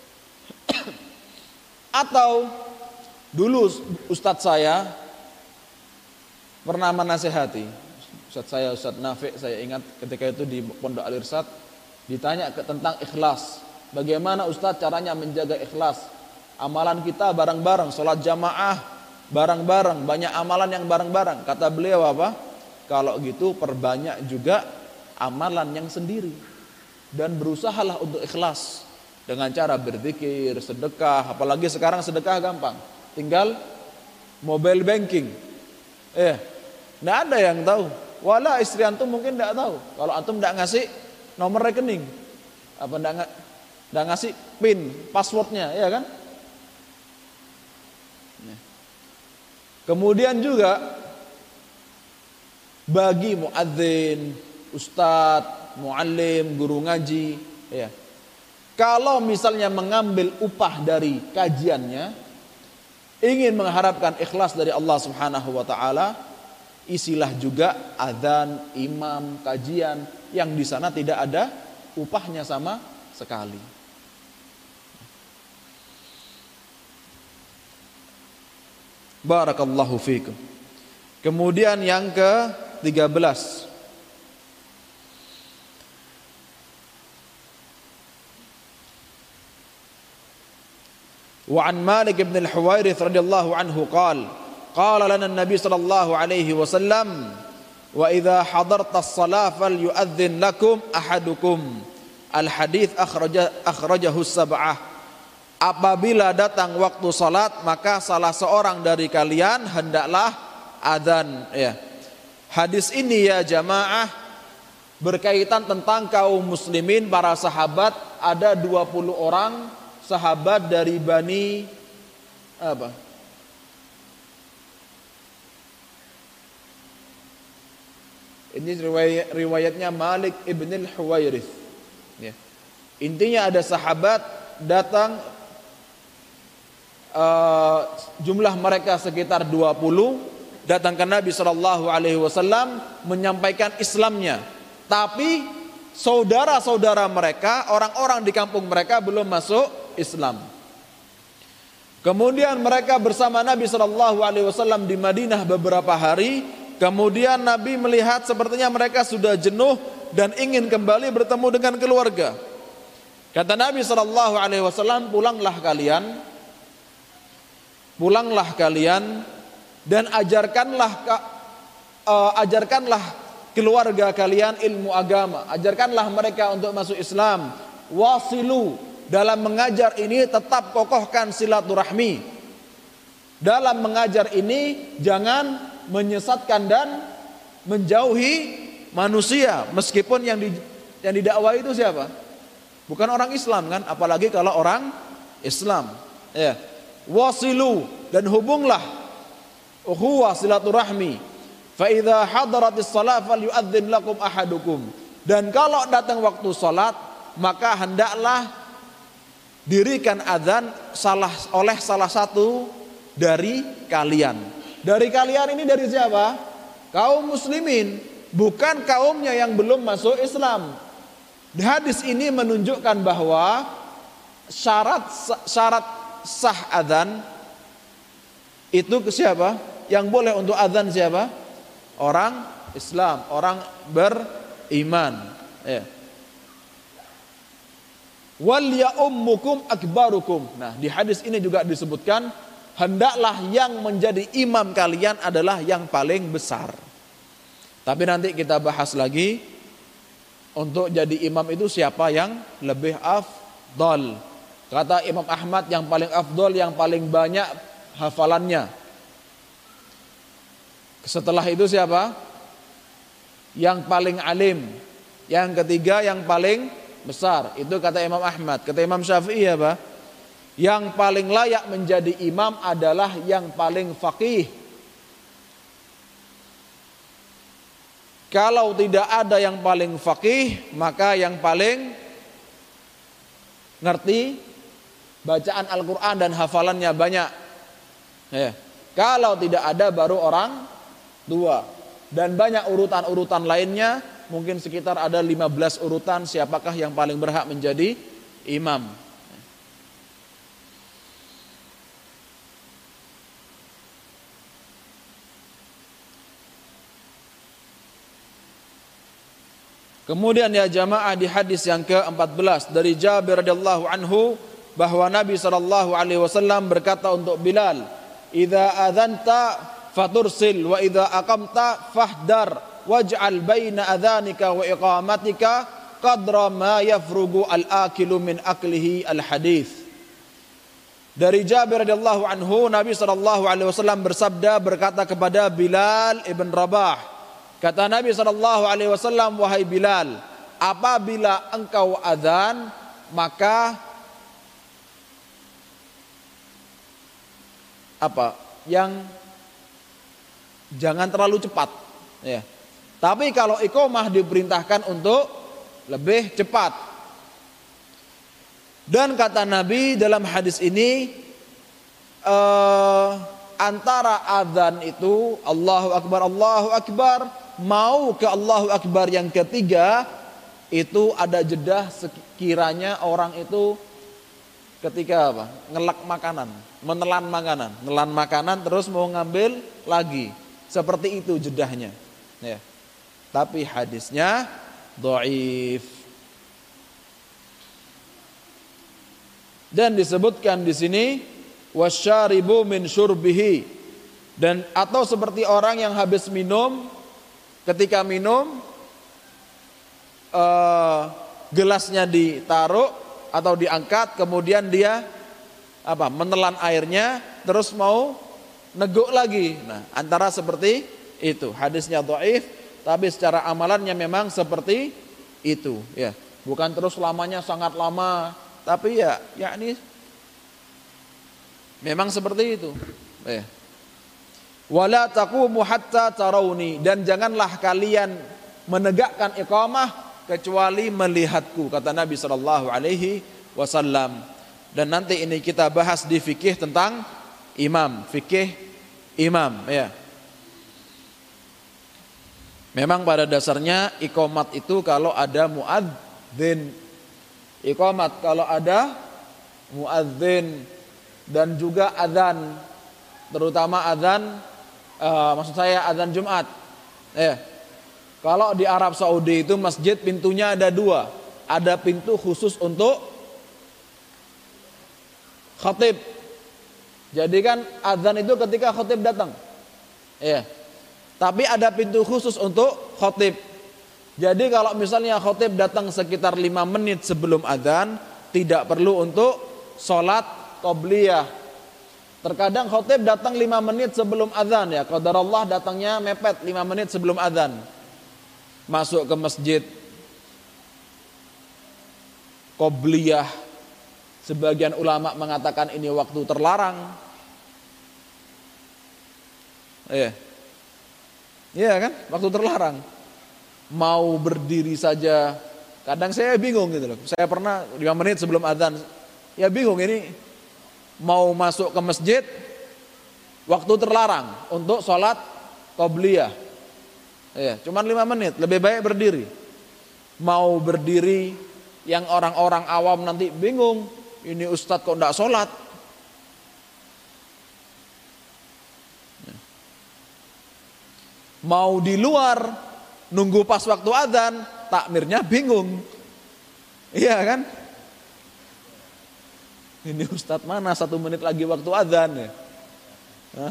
Atau dulu ustadz saya pernah menasehati, ustadz saya Ustadz Nafi, saya ingat ketika itu di Pondok Al-Irsyad, ditanya ke tentang ikhlas. Bagaimana Ustadz caranya menjaga ikhlas? Amalan kita bareng-bareng, sholat jamaah bareng-bareng, banyak amalan yang bareng-bareng. Kata beliau apa? Kalau gitu perbanyak juga amalan yang sendiri, dan berusahalah untuk ikhlas dengan cara berzikir, sedekah. Apalagi sekarang sedekah gampang, tinggal mobile banking. Eh, nggak ada yang tahu. Wala istri antum mungkin nggak tahu kalau antum nggak ngasih nomor rekening, apa nggak nggak ngasih pin passwordnya, ya kan? Kemudian juga bagi muadzin, ustadz, muallim, guru ngaji, ya, kalau misalnya mengambil upah dari kajiannya, ingin mengharapkan ikhlas dari Allah Subhanahu wa taala, isilah juga adzan, imam, kajian yang di sana tidak ada upahnya sama sekali. Barakallahu fikum. Kemudian yang ke tiga belas. Wa an Malik bin al-Huwairits radhiyallahu anhu qala qala lana an-nabi sallallahu alaihi wasallam wa idza hadarta as-salah falyu'adhdhin lakum ahadukum. Al-hadits akhraja akhrajahu sab'ah. Apabila datang waktu salat, maka salah seorang dari kalian hendaklah adzan, ya. Hadis ini ya jamaah berkaitan tentang kaum muslimin, para sahabat. Ada dua puluh orang sahabat dari Bani apa? Ini riwayat, riwayatnya Malik ibn al-Huwairits, ya. Intinya ada sahabat datang, uh, jumlah mereka sekitar dua puluh, datang ke Nabi shallallahu alaihi wasallam menyampaikan Islamnya, tapi saudara-saudara mereka, orang-orang di kampung mereka belum masuk Islam. Kemudian mereka bersama Nabi shallallahu alaihi wasallam di Madinah beberapa hari. Kemudian Nabi melihat sepertinya mereka sudah jenuh dan ingin kembali bertemu dengan keluarga. Kata Nabi shallallahu alaihi wasallam, pulanglah kalian, pulanglah kalian dan ajarkanlah uh, ajarkanlah keluarga kalian ilmu agama, ajarkanlah mereka untuk masuk Islam. Wasilu, dalam mengajar ini tetap kokohkan silaturahmi. Dalam mengajar ini jangan menyesatkan dan menjauhi manusia, meskipun yang di, yang didakwai itu siapa? Bukan orang Islam kan, apalagi kalau orang Islam. Ya. Wasilu, dan hubunglah ukhuwah silaturahmi. Fa idza hadaratis shalah falyu'adzin lakum ahadukum. Dan kalau datang waktu salat, maka hendaklah dirikan adzan salah oleh salah satu dari kalian. Dari kalian ini dari siapa? Kaum muslimin, bukan kaumnya yang belum masuk Islam. Hadis ini menunjukkan bahwa syarat syarat sah adzan itu ke siapa? Yang boleh untuk adzan siapa? Orang Islam, orang beriman. Ya. Wal ya'ummukum akbarukum. Nah, di hadis ini juga disebutkan hendaklah yang menjadi imam kalian adalah yang paling besar. Tapi nanti kita bahas lagi, untuk jadi imam itu siapa yang lebih afdal. Kata Imam Ahmad yang paling afdal, yang paling banyak hafalannya. Setelah itu siapa? Yang paling alim. Yang ketiga yang paling besar. Itu kata Imam Ahmad. Kata Imam Syafi'i apa? Yang paling layak menjadi imam adalah yang paling faqih. Kalau tidak ada yang paling faqih, maka yang paling ngerti bacaan Al-Quran dan hafalannya banyak. Ya. Kalau tidak ada baru orang tua. Dan banyak urutan-urutan lainnya, mungkin sekitar ada lima belas urutan siapakah yang paling berhak menjadi imam. Kemudian ya jamaah, di hadis yang ke empat belas dari Jabir radhiyallahu anhu bahwa Nabi sallallahu alaihi wasallam berkata untuk Bilal, "Idza adzanta fatursil wa idza aqamta fahdar waj'al baina adzanika wa iqamatika qadra ma yafrugu al-akilu min aklihi al-hadits." Dari Jabir radhiyallahu anhu, Nabi sallallahu alaihi wasallam bersabda, berkata kepada Bilal ibn Rabah, kata Nabi sallallahu alaihi wasallam, "Wahai Bilal, apabila engkau adzan, maka apa? Yang jangan terlalu cepat, ya. Tapi kalau iqamah diperintahkan untuk lebih cepat. Dan kata Nabi dalam hadis ini, eh, antara azan itu Allahu Akbar, Allahu Akbar, mau ke Allahu Akbar yang ketiga, itu ada jeda sekiranya orang itu ketika apa? Ngelak makanan, menelan makanan, menelan makanan terus mau ngambil lagi. Seperti itu jedahnya, ya. Tapi hadisnya dhaif. Dan disebutkan di sini wasyaribu min syurbihi, dan atau seperti orang yang habis minum, ketika minum uh, gelasnya ditaruh atau diangkat, kemudian dia apa? Menelan airnya terus mau neguk lagi. Nah, antara seperti itu. Hadisnya dhaif. Tapi secara amalannya memang seperti itu, ya. Bukan terus lamanya sangat lama, tapi ya, yakni memang seperti itu, ya. Wala taqumu hatta tarawni, dan janganlah kalian menegakkan iqamah kecuali melihatku, kata Nabi sallallahu alaihi wasallam. Dan nanti ini kita bahas di fikih tentang imam, fikih imam, ya. Memang pada dasarnya iqamat itu kalau ada muadzin, iqamat kalau ada muadzin, dan juga adzan, terutama adzan, uh, maksud saya adzan Jumat. Eh, kalau di Arab Saudi itu masjid pintunya ada dua, ada pintu khusus untuk khatib. Jadi kan adzan itu ketika khatib datang, ya. Tapi ada pintu khusus untuk khotib. Jadi kalau misalnya khotib datang sekitar lima menit sebelum adzan, tidak perlu untuk sholat qobliyah. Terkadang khotib datang lima menit sebelum adzan, ya. Qadarullah datangnya mepet lima menit sebelum adzan. Masuk ke masjid qobliyah. Sebagian ulama mengatakan ini waktu terlarang. Iya. Iya kan, waktu terlarang. Mau berdiri saja, kadang saya bingung gitu loh. Saya pernah lima menit sebelum adzan, ya bingung ini mau masuk ke masjid, waktu terlarang untuk sholat qobliyah. Ya, cuman lima menit, lebih baik berdiri. Mau berdiri, yang orang-orang awam nanti bingung, ini ustadz kok enggak sholat. Mau di luar, nunggu pas waktu adzan, takmirnya bingung. Iya kan? Ini ustadz mana satu menit lagi waktu adzan ya? Hah?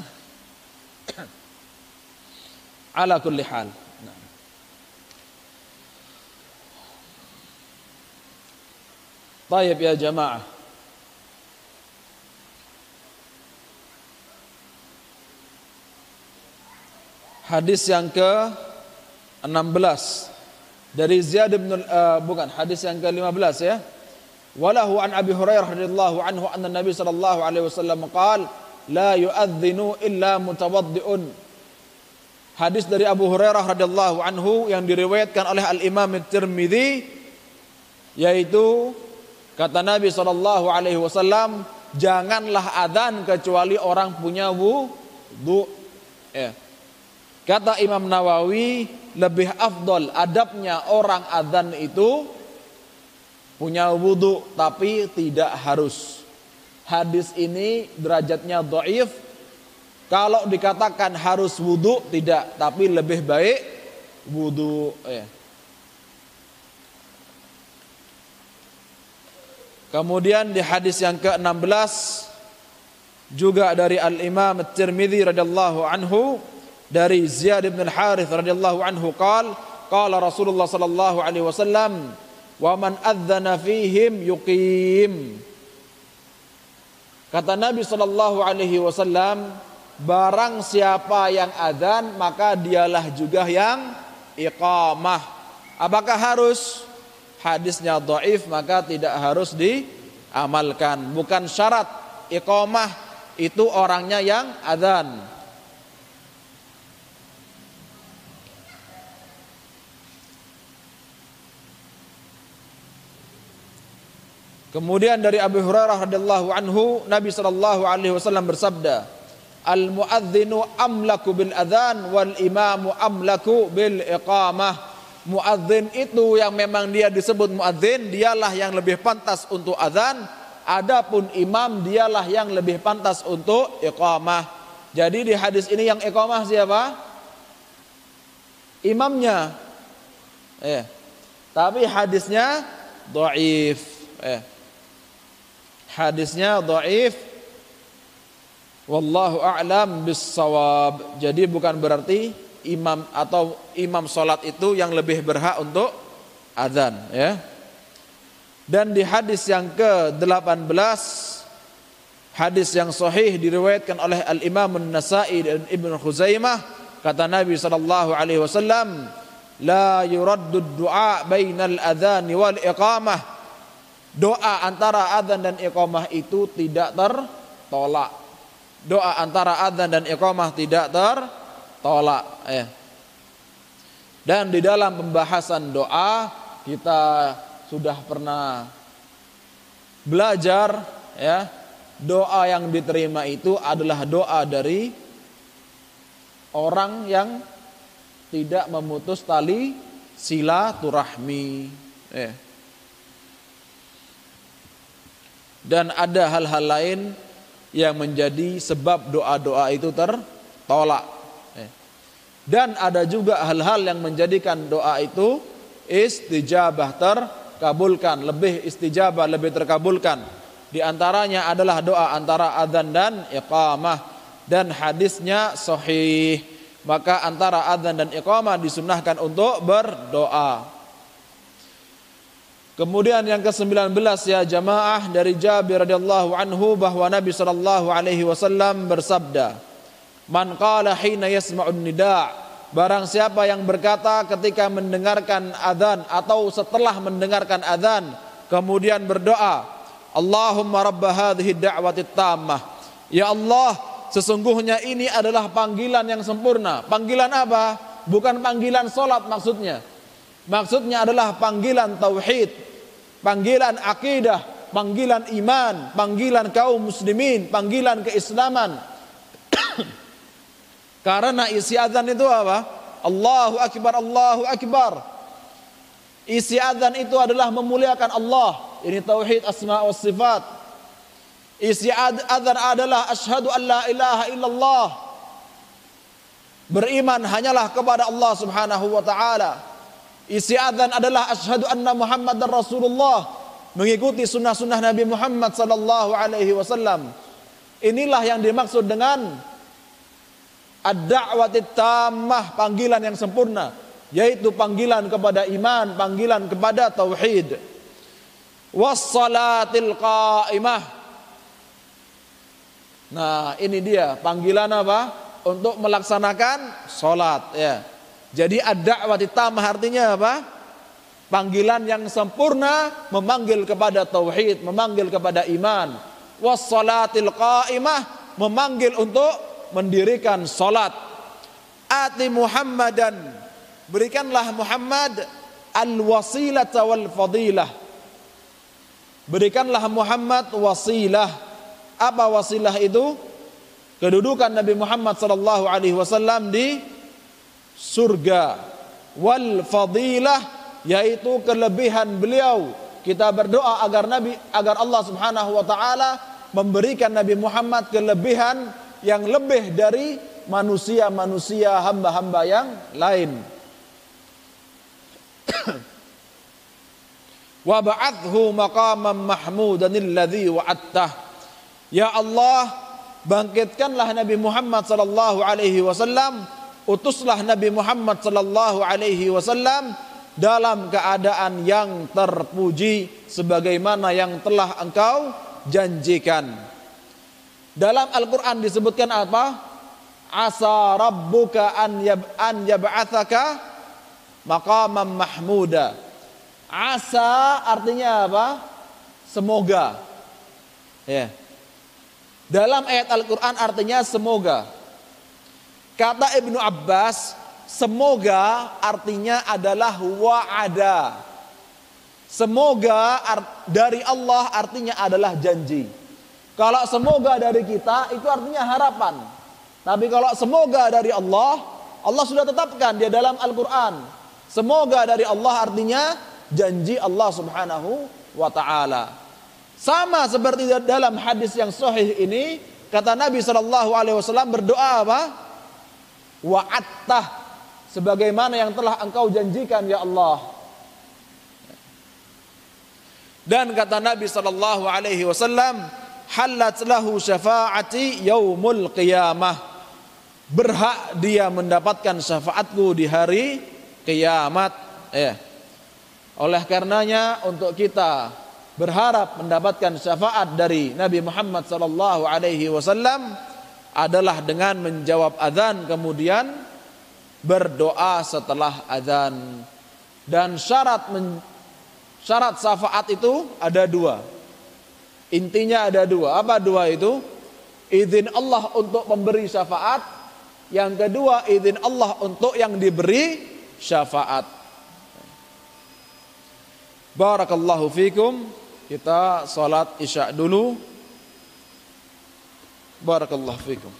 Ala kulli hal. Nah. Tayyib ya jamaah. Hadis yang ke enam belas dari Ziyad bin uh, bukan hadis yang ke lima belas ya. Walahu an Abi Hurairah radhiyallahu anhu anna Nabi sallallahu alaihi wasallam qaal la yu'adzinu illa mutawaddi'un. Hadis dari Abu Hurairah radhiyallahu anhu yang diriwayatkan oleh Al-Imam At-Tirmidzi, yaitu kata Nabi sallallahu alaihi wasallam, janganlah adzan kecuali orang punya wudu. Ya. Kata Imam Nawawi, lebih afdol adabnya orang adzan itu punya wudu, tapi tidak harus. Hadis ini derajatnya dhaif. Kalau dikatakan harus wudu, tidak, tapi lebih baik wudu. Ya. Kemudian di hadis yang ke enam belas juga dari Al-Imam At-Tirmidzi radhiyallahu anhu, dari Ziyad bin Al-Harith radhiyallahu anhu qala qala Rasulullah sallallahu alaihi wasallam wa man adzana fihim yuqim. Kata Nabi sallallahu alaihi wasallam, barang siapa yang adzan maka dialah juga yang iqamah. Apakah harus? Hadisnya dhaif, maka tidak harus diamalkan. Bukan syarat iqamah itu orangnya yang adzan. Kemudian dari Abu Hurairah radhiyallahu anhu, Nabi sallallahu alaihi wasallam bersabda, "Al-muadzinu amlaku bil adzan wal imamu amlaku bil iqamah." Muadzin itu yang memang dia disebut muadzin, dialah yang lebih pantas untuk adzan, adapun imam dialah yang lebih pantas untuk iqamah. Jadi di hadis ini yang iqamah siapa? Imamnya. Eh. Tapi hadisnya dhaif. Eh. Hadisnya dhaif. Wallahu a'lam bis-shawab. Jadi bukan berarti imam atau imam salat itu yang lebih berhak untuk azan, ya. Dan di hadis yang ke delapan belas, hadis yang sahih diriwayatkan oleh Al-Imam An-Nasa'i dan Ibnu Khuzaimah, kata Nabi sallallahu alaihi wasallam, "La yuraddu ad-du'a bainal adzan wal iqamah." Doa antara adzan dan iqamah itu tidak tertolak. Doa antara adzan dan iqamah tidak tertolak, ya. Dan di dalam pembahasan doa kita sudah pernah belajar, ya, doa yang diterima itu adalah doa dari orang yang tidak memutus tali silaturahmi, ya. Dan ada hal-hal lain yang menjadi sebab doa-doa itu tertolak, ya. Dan ada juga hal-hal yang menjadikan doa itu istijabah terkabulkan, lebih istijabah, lebih terkabulkan. Di antaranya adalah doa antara adzan dan iqamah, dan hadisnya sahih. Maka antara adzan dan iqamah disunnahkan untuk berdoa. Kemudian yang ke sembilan belas, ya jamaah, dari Jabir radhiyallahu anhu bahwa Nabi sallallahu alaihi wasallam bersabda, "Man qala hina yasma'un nida'." Barang siapa yang berkata ketika mendengarkan adzan atau setelah mendengarkan adzan kemudian berdoa, "Allahumma rabb hadhihi ad-da'wati tammah." Ya Allah, sesungguhnya ini adalah panggilan yang sempurna. Panggilan apa? Bukan panggilan salat maksudnya. Maksudnya adalah panggilan tauhid, panggilan akidah, panggilan iman, panggilan kaum muslimin, panggilan keislaman. Karena isi azan itu apa? Allahu akbar, Allahu akbar. Isi azan itu adalah memuliakan Allah. Ini tauhid asma wa sifat. Isi azan adalah asyhadu an la ilaha illallah. Beriman hanyalah kepada Allah Subhanahu wa taala. Isi adzan adalah asyhadu anna Muhammadar Rasulullah, mengikuti sunnah-sunnah Nabi Muhammad sallallahu alaihi wasallam. Inilah yang dimaksud dengan ad-da'watit tammah, panggilan yang sempurna, yaitu panggilan kepada iman, panggilan kepada tauhid. Was-salatil qa'imah. Nah, ini dia panggilan apa? Untuk melaksanakan salat, ya. Jadi ad-da'wati tammah artinya apa? Panggilan yang sempurna, memanggil kepada tauhid, memanggil kepada iman. Was-salatil qa'imah, memanggil untuk mendirikan salat. Ati Muhammadan, berikanlah Muhammad al-wasilata wal fadilah. Berikanlah Muhammad wasilah. Apa wasilah itu? Kedudukan Nabi Muhammad sallallahu alaihi wasallam di surga. Wal fadilah, yaitu kelebihan beliau. Kita berdoa agar Nabi, agar Allah Subhanahu wa taala memberikan Nabi Muhammad kelebihan yang lebih dari manusia-manusia, hamba-hamba yang lain. Wa ba'athu maqaman mahmudan alladhi wa'adtah. Ya Allah, bangkitkanlah Nabi Muhammad sallallahu alaihi wasallam, utuslah Nabi Muhammad sallallahu alaihi wasallam dalam keadaan yang terpuji sebagaimana yang telah engkau janjikan. Dalam Al-Quran disebutkan apa? Asa rabbuka an yab an yab'atsaka maqaman mahmuda. Asa artinya apa? Semoga. Ya. Dalam ayat Al-Quran artinya semoga. Kata Ibnu Abbas, semoga artinya adalah wa'ada. Semoga dari Allah artinya adalah janji. Kalau semoga dari kita itu artinya harapan. Tapi kalau semoga dari Allah, Allah sudah tetapkan dia dalam Al-Quran. Semoga dari Allah artinya janji Allah subhanahu wa ta'ala. Sama seperti dalam hadis yang sahih ini, kata Nabi shallallahu alaihi wasallam berdoa apa? Wa'attah, sebagaimana yang telah engkau janjikan ya Allah. Dan kata Nabi shallallahu alaihi wasallam, halat lahu syafaati yaumul qiyamah. Berhak dia mendapatkan syafaatku di hari kiamat. Ya. Oleh karenanya untuk kita berharap mendapatkan syafaat dari Nabi Muhammad sallallahu alaihi wasallam adalah dengan menjawab azan kemudian berdoa setelah azan. Dan syarat men, syarat syafaat itu ada dua. Intinya ada dua. Apa dua itu? Izin Allah untuk memberi syafaat. Yang kedua, izin Allah untuk yang diberi syafaat. Barakallahu fikum. Kita salat isya dulu. Barakallahu fikum.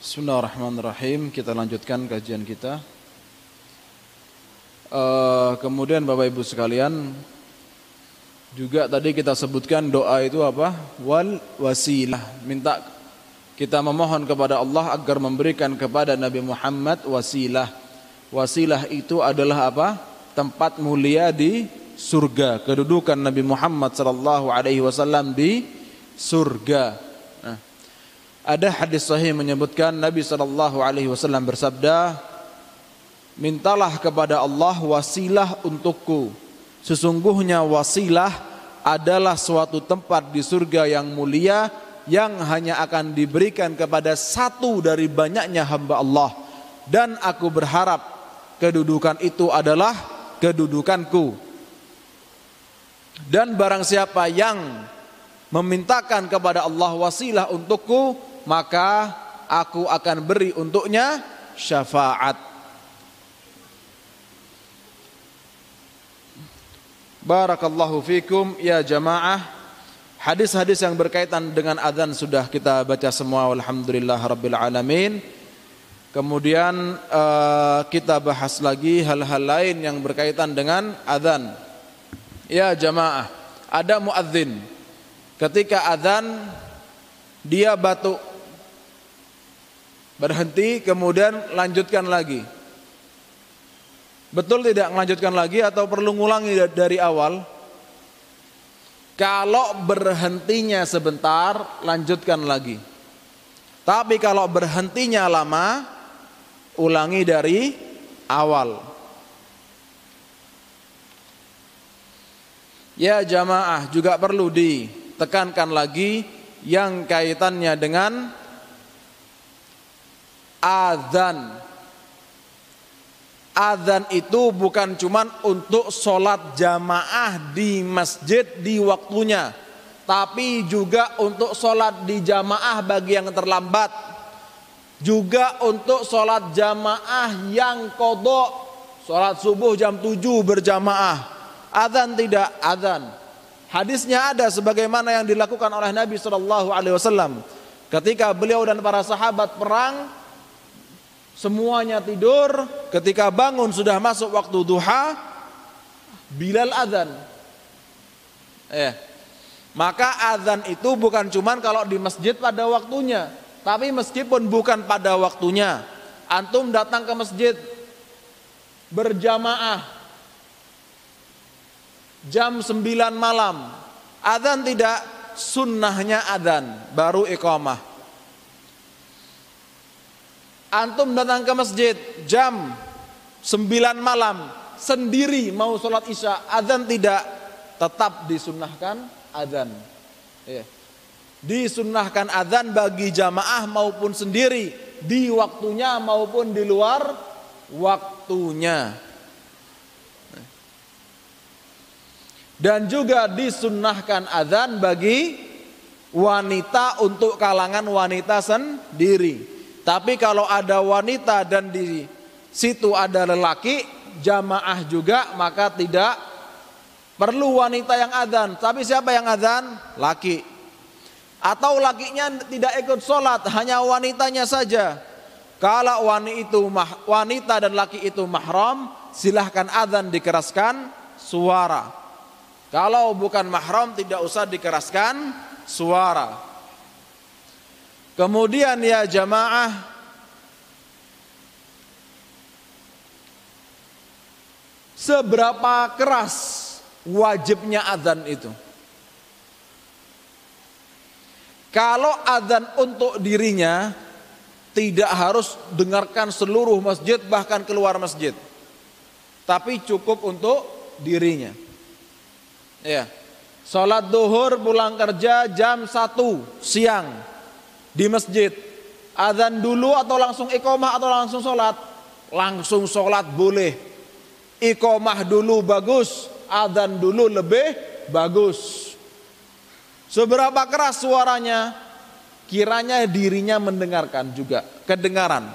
Bismillahirrahmanirrahim. Kita lanjutkan kajian kita. Uh, kemudian Bapak Ibu sekalian, juga tadi kita sebutkan doa itu apa? Wal wasilah. Minta kita memohon kepada Allah agar memberikan kepada Nabi Muhammad wasilah. Wasilah itu adalah apa? Tempat mulia di surga. Kedudukan Nabi Muhammad sallallahu alaihi wasallam di surga. Nah, ada hadis sahih menyebutkan Nabi sallallahu alaihi wasallam bersabda, mintalah kepada Allah wasilah untukku. Sesungguhnya wasilah adalah suatu tempat di surga yang mulia yang hanya akan diberikan kepada satu dari banyaknya hamba Allah. Dan aku berharap kedudukan itu adalah kedudukanku. Dan barang siapa yang memintakan kepada Allah wasilah untukku, maka aku akan beri untuknya syafaat. Barakallahu fikum ya jamaah. Hadis-hadis yang berkaitan dengan azan sudah kita baca semua, alhamdulillah rabbil alamin. Kemudian uh, kita bahas lagi hal-hal lain yang berkaitan dengan azan. Ya jamaah, ada muadzin. Ketika azan dia batuk, berhenti kemudian lanjutkan lagi. Betul tidak melanjutkan lagi atau perlu ngulangi dari awal? Kalau berhentinya sebentar, lanjutkan lagi. Tapi kalau berhentinya lama, ulangi dari awal. Ya jamaah, juga perlu ditekankan lagi yang kaitannya dengan azan. Azan itu bukan cuman untuk sholat jamaah di masjid di waktunya, tapi juga untuk sholat di jamaah bagi yang terlambat, juga untuk sholat jamaah yang qadha, sholat subuh jam tujuh berjamaah. Azan tidak, azan. Hadisnya ada sebagaimana yang dilakukan oleh Nabi shallallahu alaihi wasallam ketika beliau dan para sahabat perang. Semuanya tidur, ketika bangun sudah masuk waktu duha, Bilal azan. Eh, maka azan itu bukan cuman kalau di masjid pada waktunya, tapi meskipun bukan pada waktunya, antum datang ke masjid berjamaah jam sembilan malam, azan tidak, sunnahnya azan, baru iqamah. Antum datang ke masjid jam sembilan malam sendiri mau sholat isya, azan tidak, tetap disunnahkan azan. Ya. Disunnahkan azan bagi jamaah maupun sendiri, di waktunya maupun di luar waktunya. Dan juga disunnahkan azan bagi wanita untuk kalangan wanita sendiri. Tapi kalau ada wanita dan di situ ada lelaki jamaah juga, maka tidak perlu wanita yang azan. Tapi siapa yang azan? Laki. Atau lakinya tidak ikut sholat, hanya wanitanya saja. Kalau wanita itu wanita dan laki itu mahram, silahkan azan dikeraskan suara. Kalau bukan mahram tidak usah dikeraskan suara. Kemudian ya jamaah, seberapa keras wajibnya azan itu? Kalau azan untuk dirinya, tidak harus dengarkan seluruh masjid bahkan keluar masjid, tapi cukup untuk dirinya. Ya, sholat duhur pulang kerja jam satu siang di masjid, azan dulu atau langsung iqamah atau langsung sholat? Langsung sholat boleh. Iqamah dulu bagus, azan dulu lebih bagus. Seberapa keras suaranya, kiranya dirinya mendengarkan juga, kedengaran.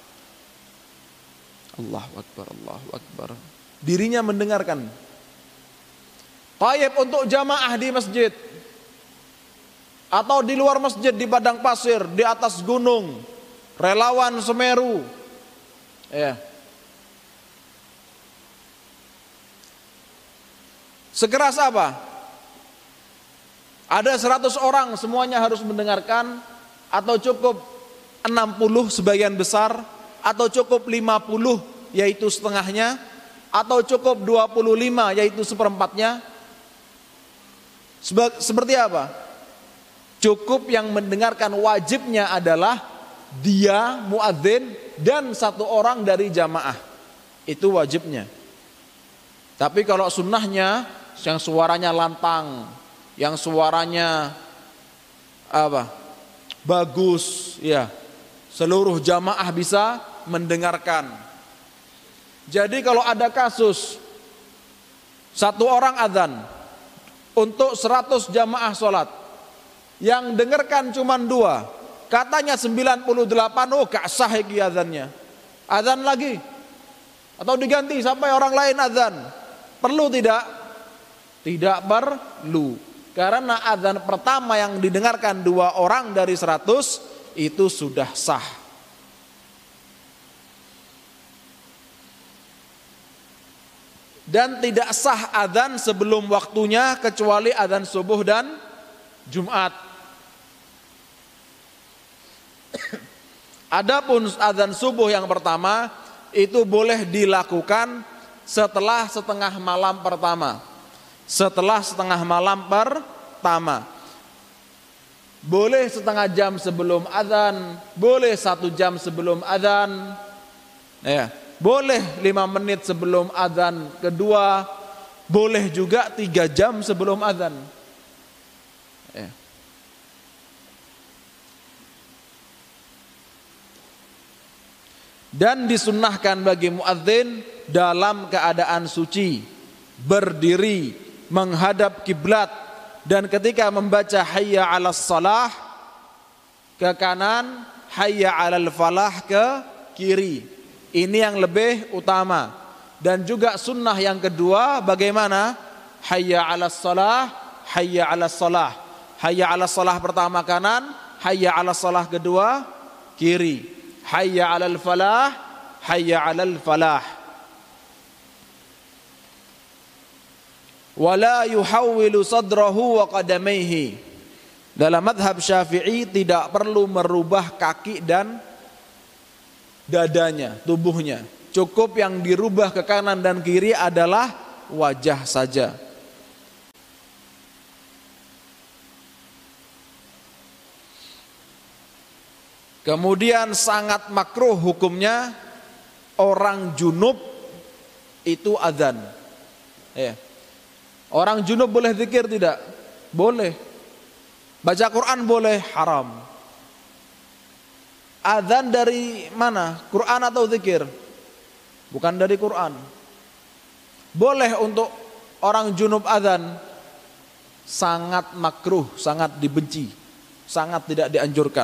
Allahu Akbar, Allahu Akbar. Dirinya mendengarkan. Tayyib untuk jamaah di masjid atau di luar masjid, di padang pasir, di atas gunung, relawan Semeru. Ya. Sekeras apa? Ada seratus orang semuanya harus mendengarkan, atau cukup enam puluh sebagian besar, atau cukup lima puluh yaitu setengahnya, atau cukup dua puluh lima yaitu seperempatnya? Seba- seperti apa? Cukup yang mendengarkan, wajibnya adalah dia muadzin dan satu orang dari jamaah. Itu wajibnya. Tapi kalau sunnahnya yang suaranya lantang, yang suaranya apa? bagus, ya. Seluruh jamaah bisa mendengarkan. Jadi kalau ada kasus satu orang adzan untuk seratus jamaah sholat, yang dengarkan cuma dua, katanya sembilan puluh delapan, oh gak sah iki adzannya, adzan lagi atau diganti sampai orang lain adzan. Perlu tidak? Tidak perlu, karena adzan pertama yang didengarkan dua orang dari seratus itu sudah sah. Dan tidak sah adzan sebelum waktunya kecuali adzan subuh dan Jumat. Adapun adzan subuh yang pertama itu boleh dilakukan setelah setengah malam pertama. Setelah setengah malam pertama. Boleh setengah jam sebelum adzan, boleh satu jam sebelum adzan. Ya, boleh lima menit sebelum adzan kedua, boleh juga tiga jam sebelum adzan. Ya. Dan disunnahkan bagi muadzin dalam keadaan suci, berdiri menghadap kiblat, dan ketika membaca hayya 'alas shalah ke kanan, hayya 'alal falah ke kiri. Ini yang lebih utama. Dan juga sunnah yang kedua bagaimana? Hayya 'alas shalah, hayya 'alas shalah. Hayya 'alas shalah pertama kanan, hayya 'alas shalah kedua kiri. Hayya 'alal falah, hayya 'alal falah. Wala yuhawwilu sadrahu wa qadamaihi. Dalam mazhab Syafi'i tidak perlu merubah kaki dan dadanya, tubuhnya. Cukup yang dirubah ke kanan dan kiri adalah wajah saja. Kemudian sangat makruh hukumnya orang junub itu adzan. Ya. Orang junub boleh zikir tidak? Boleh. Baca Quran boleh? Haram. Adzan dari mana? Quran atau zikir? Bukan dari Quran. Boleh untuk orang junub adzan? Sangat makruh, sangat dibenci, sangat tidak dianjurkan.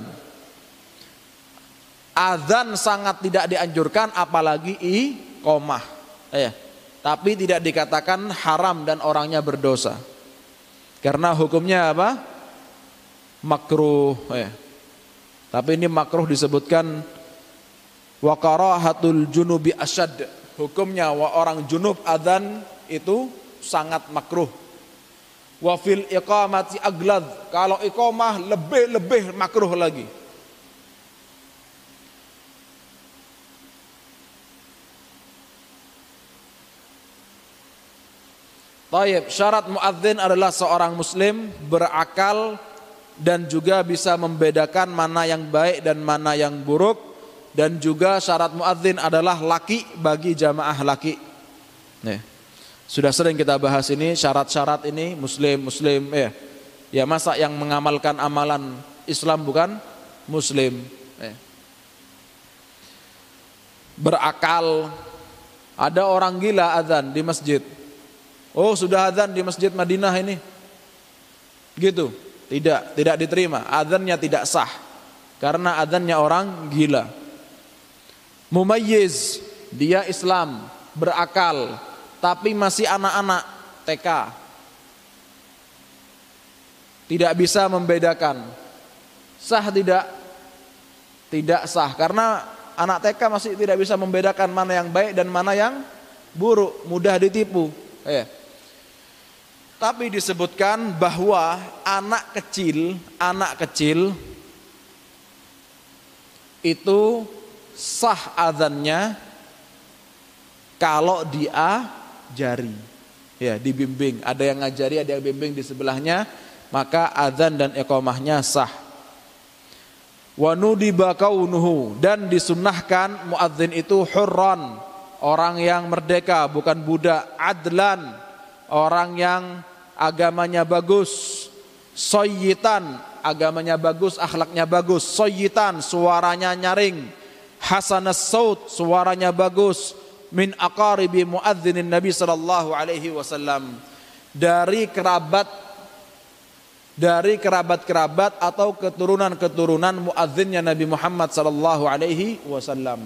Adzan sangat tidak dianjurkan, apalagi iqomah. Eh, tapi tidak dikatakan haram dan orangnya berdosa. Karena hukumnya apa? Makruh. Eh. Tapi ini makruh disebutkan wa karahatul junubi asyad. Hukumnya wa orang junub adzan itu sangat makruh. Wa fil iqamati aglad. Kalau iqamah lebih-lebih makruh lagi. Taib, syarat muadzin adalah seorang muslim berakal dan juga bisa membedakan mana yang baik dan mana yang buruk, dan juga syarat muadzin adalah laki bagi jamaah laki. Nih, sudah sering kita bahas ini syarat-syarat ini, muslim muslim ya. Ya masa yang mengamalkan amalan Islam bukan muslim. Eh. Berakal. Ada orang gila adzan di masjid. Oh sudah adzan di masjid Madinah ini, gitu? Tidak, tidak diterima. Adzannya tidak sah karena adzannya orang gila. Mumayyiz, dia Islam, berakal, tapi masih anak-anak T K, tidak bisa membedakan. Sah tidak? tidak sah karena anak T K masih tidak bisa membedakan mana yang baik dan mana yang buruk, mudah ditipu. Ya. Tapi disebutkan bahwa anak kecil, anak kecil itu sah azannya kalau diajari, ya dibimbing. Ada yang ngajari, ada yang bimbing di sebelahnya, maka azan dan iqamahnya sah. Wa nudiba kaunuhu, dan disunnahkan muadzin itu hurran, orang yang merdeka bukan budak, adlan, orang yang agamanya bagus, soyitan, agamanya bagus, akhlaknya bagus, soyitan, suaranya nyaring, hasanas saut, suaranya bagus, min aqaribi muadzinin Nabi sallallahu alaihi wasallam, dari kerabat dari kerabat-kerabat atau keturunan-keturunan muadzinnya Nabi Muhammad sallallahu alaihi wasallam.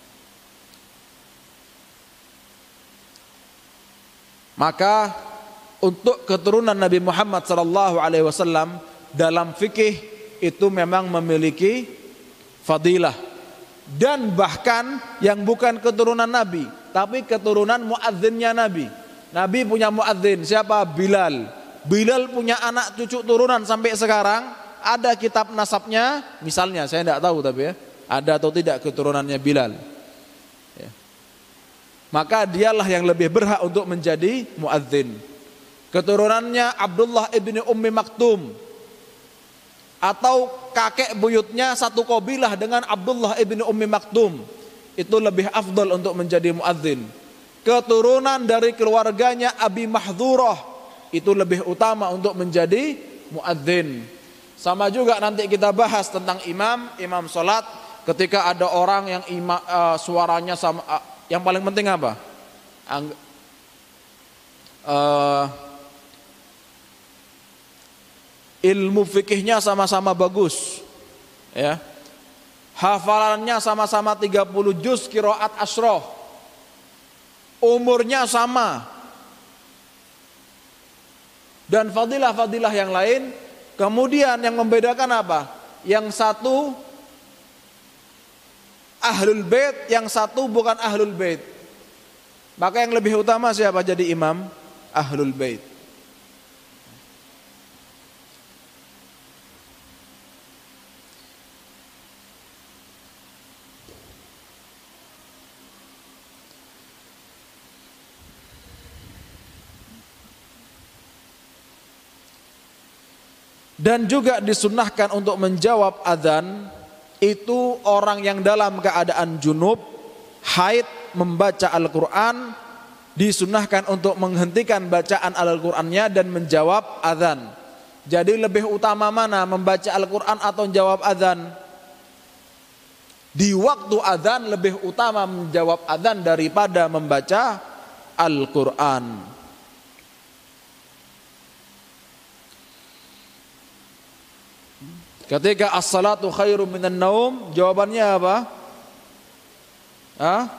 Maka untuk keturunan Nabi Muhammad sallallahu alaihi wasallam dalam fikih itu memang memiliki fadilah, dan bahkan yang bukan keturunan Nabi tapi keturunan muadzinnya Nabi. Nabi punya muadzin, siapa? Bilal. Bilal punya anak cucu turunan sampai sekarang, ada kitab nasabnya, misalnya saya tidak tahu tapi ya, ada atau tidak keturunannya Bilal. Ya. Maka dialah yang lebih berhak untuk menjadi muadzin. Keturunannya Abdullah ibni Ummi Maktum, atau kakek buyutnya satu kabilah dengan Abdullah ibni Ummi Maktum, itu lebih afdal untuk menjadi muadzin. Keturunan dari keluarganya Abi Mahdhurah, itu lebih utama untuk menjadi muadzin. Sama juga nanti kita bahas tentang imam, imam salat. Ketika ada orang yang ima, uh, suaranya sama, uh, yang paling penting apa? Ang, uh, ilmu fikihnya sama-sama bagus, ya. Hafalannya sama-sama tiga puluh juz qiraat asyroh. Umurnya sama. Dan fadilah-fadilah yang lain. Kemudian yang membedakan apa? Yang satu ahlul bait, yang satu bukan ahlul bait. Maka yang lebih utama siapa jadi imam? Ahlul bait. Dan juga disunnahkan untuk menjawab adzan itu orang yang dalam keadaan junub, haid, membaca Al-Quran, disunnahkan untuk menghentikan bacaan Al-Qurannya dan menjawab adzan. Jadi lebih utama mana, membaca Al-Quran atau menjawab adzan? Di waktu adzan lebih utama menjawab adzan daripada membaca Al-Quran. Ketika as-salatu khairum minan naum, jawabannya apa? Hah?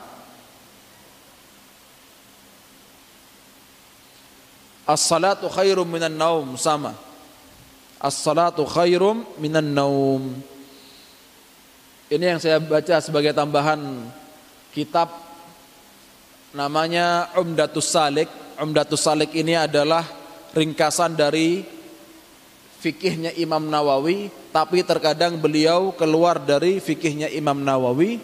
As-salatu khairum minan naum, sama. As-salatu khairum minan naum. Ini yang saya baca sebagai tambahan kitab namanya Umdatus Salik. Umdatus Salik ini adalah ringkasan dari fikihnya Imam Nawawi, tapi terkadang beliau keluar dari fikihnya Imam Nawawi.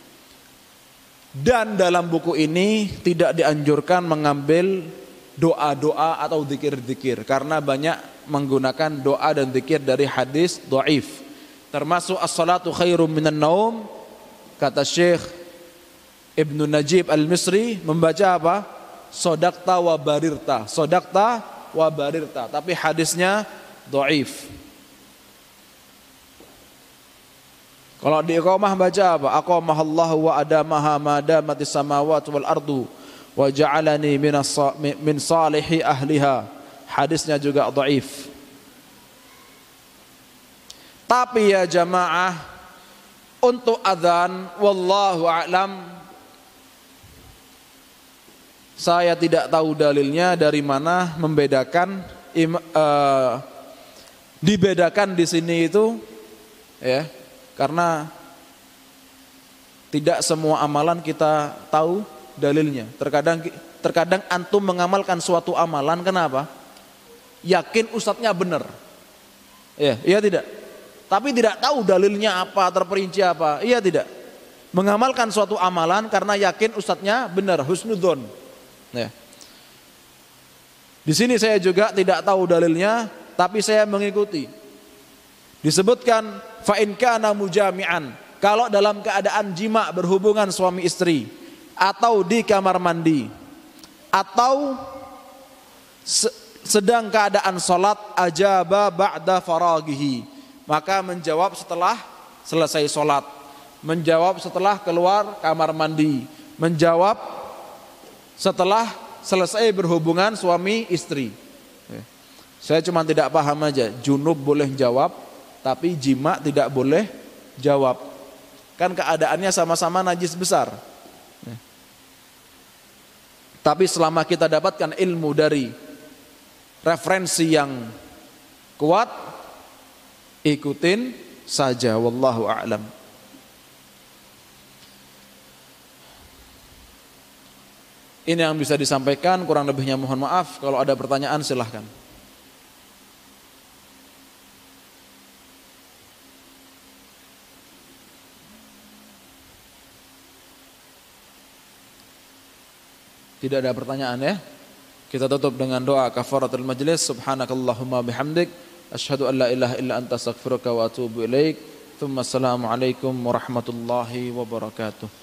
Dan dalam buku ini tidak dianjurkan mengambil doa-doa atau zikir-zikir, karena banyak menggunakan doa dan zikir dari hadis dhaif. Termasuk as-salatu khairum minan naum, kata Syekh Ibnu Najib Al-Misri, membaca apa? Sodakta wa barirta, sodakta wa barirta, tapi hadisnya dhaif. Kalau di iqamah baca apa? Aqamahallahu wa adamaha ma damatis samawati wal ardu wa ja'alani min salihi ahliha. Hadisnya juga dhaif. Tapi ya jamaah, untuk adzan wallahu a'lam, saya tidak tahu dalilnya dari mana membedakan im, uh, dibedakan di sini itu, ya, karena Tidak semua amalan kita tahu dalilnya. Terkadang terkadang antum mengamalkan suatu amalan, kenapa? Yakin ustadznya benar. Ya, iya tidak? Tapi tidak tahu dalilnya apa, terperinci apa. Iya tidak? Mengamalkan suatu amalan karena yakin ustadznya benar, husnudzon. Ya. Di sini saya juga tidak tahu dalilnya, tapi saya mengikuti. Disebutkan fa in kana mujami'an, kalau dalam keadaan jima berhubungan suami istri atau di kamar mandi atau sedang keadaan salat, ajaba ba'da faraghihi, maka menjawab setelah selesai salat, menjawab setelah keluar kamar mandi, menjawab setelah selesai berhubungan suami istri. Saya cuma tidak paham aja, junub boleh jawab tapi jima tidak boleh jawab. Kan keadaannya sama-sama najis besar. Tapi selama kita dapatkan ilmu dari referensi yang kuat, ikutin saja, wallahu a'lam. Ini yang bisa disampaikan, kurang lebihnya mohon maaf. Kalau ada pertanyaan silahkan. Tidak ada pertanyaan ya. Kita tutup dengan doa kafaratul majlis. Subhanakallahumma bihamdik, asyhadu an la ilaha illa anta astaghfiruka wa atubu ilaik. Tsumma assalamu alaikum warahmatullahi wabarakatuh.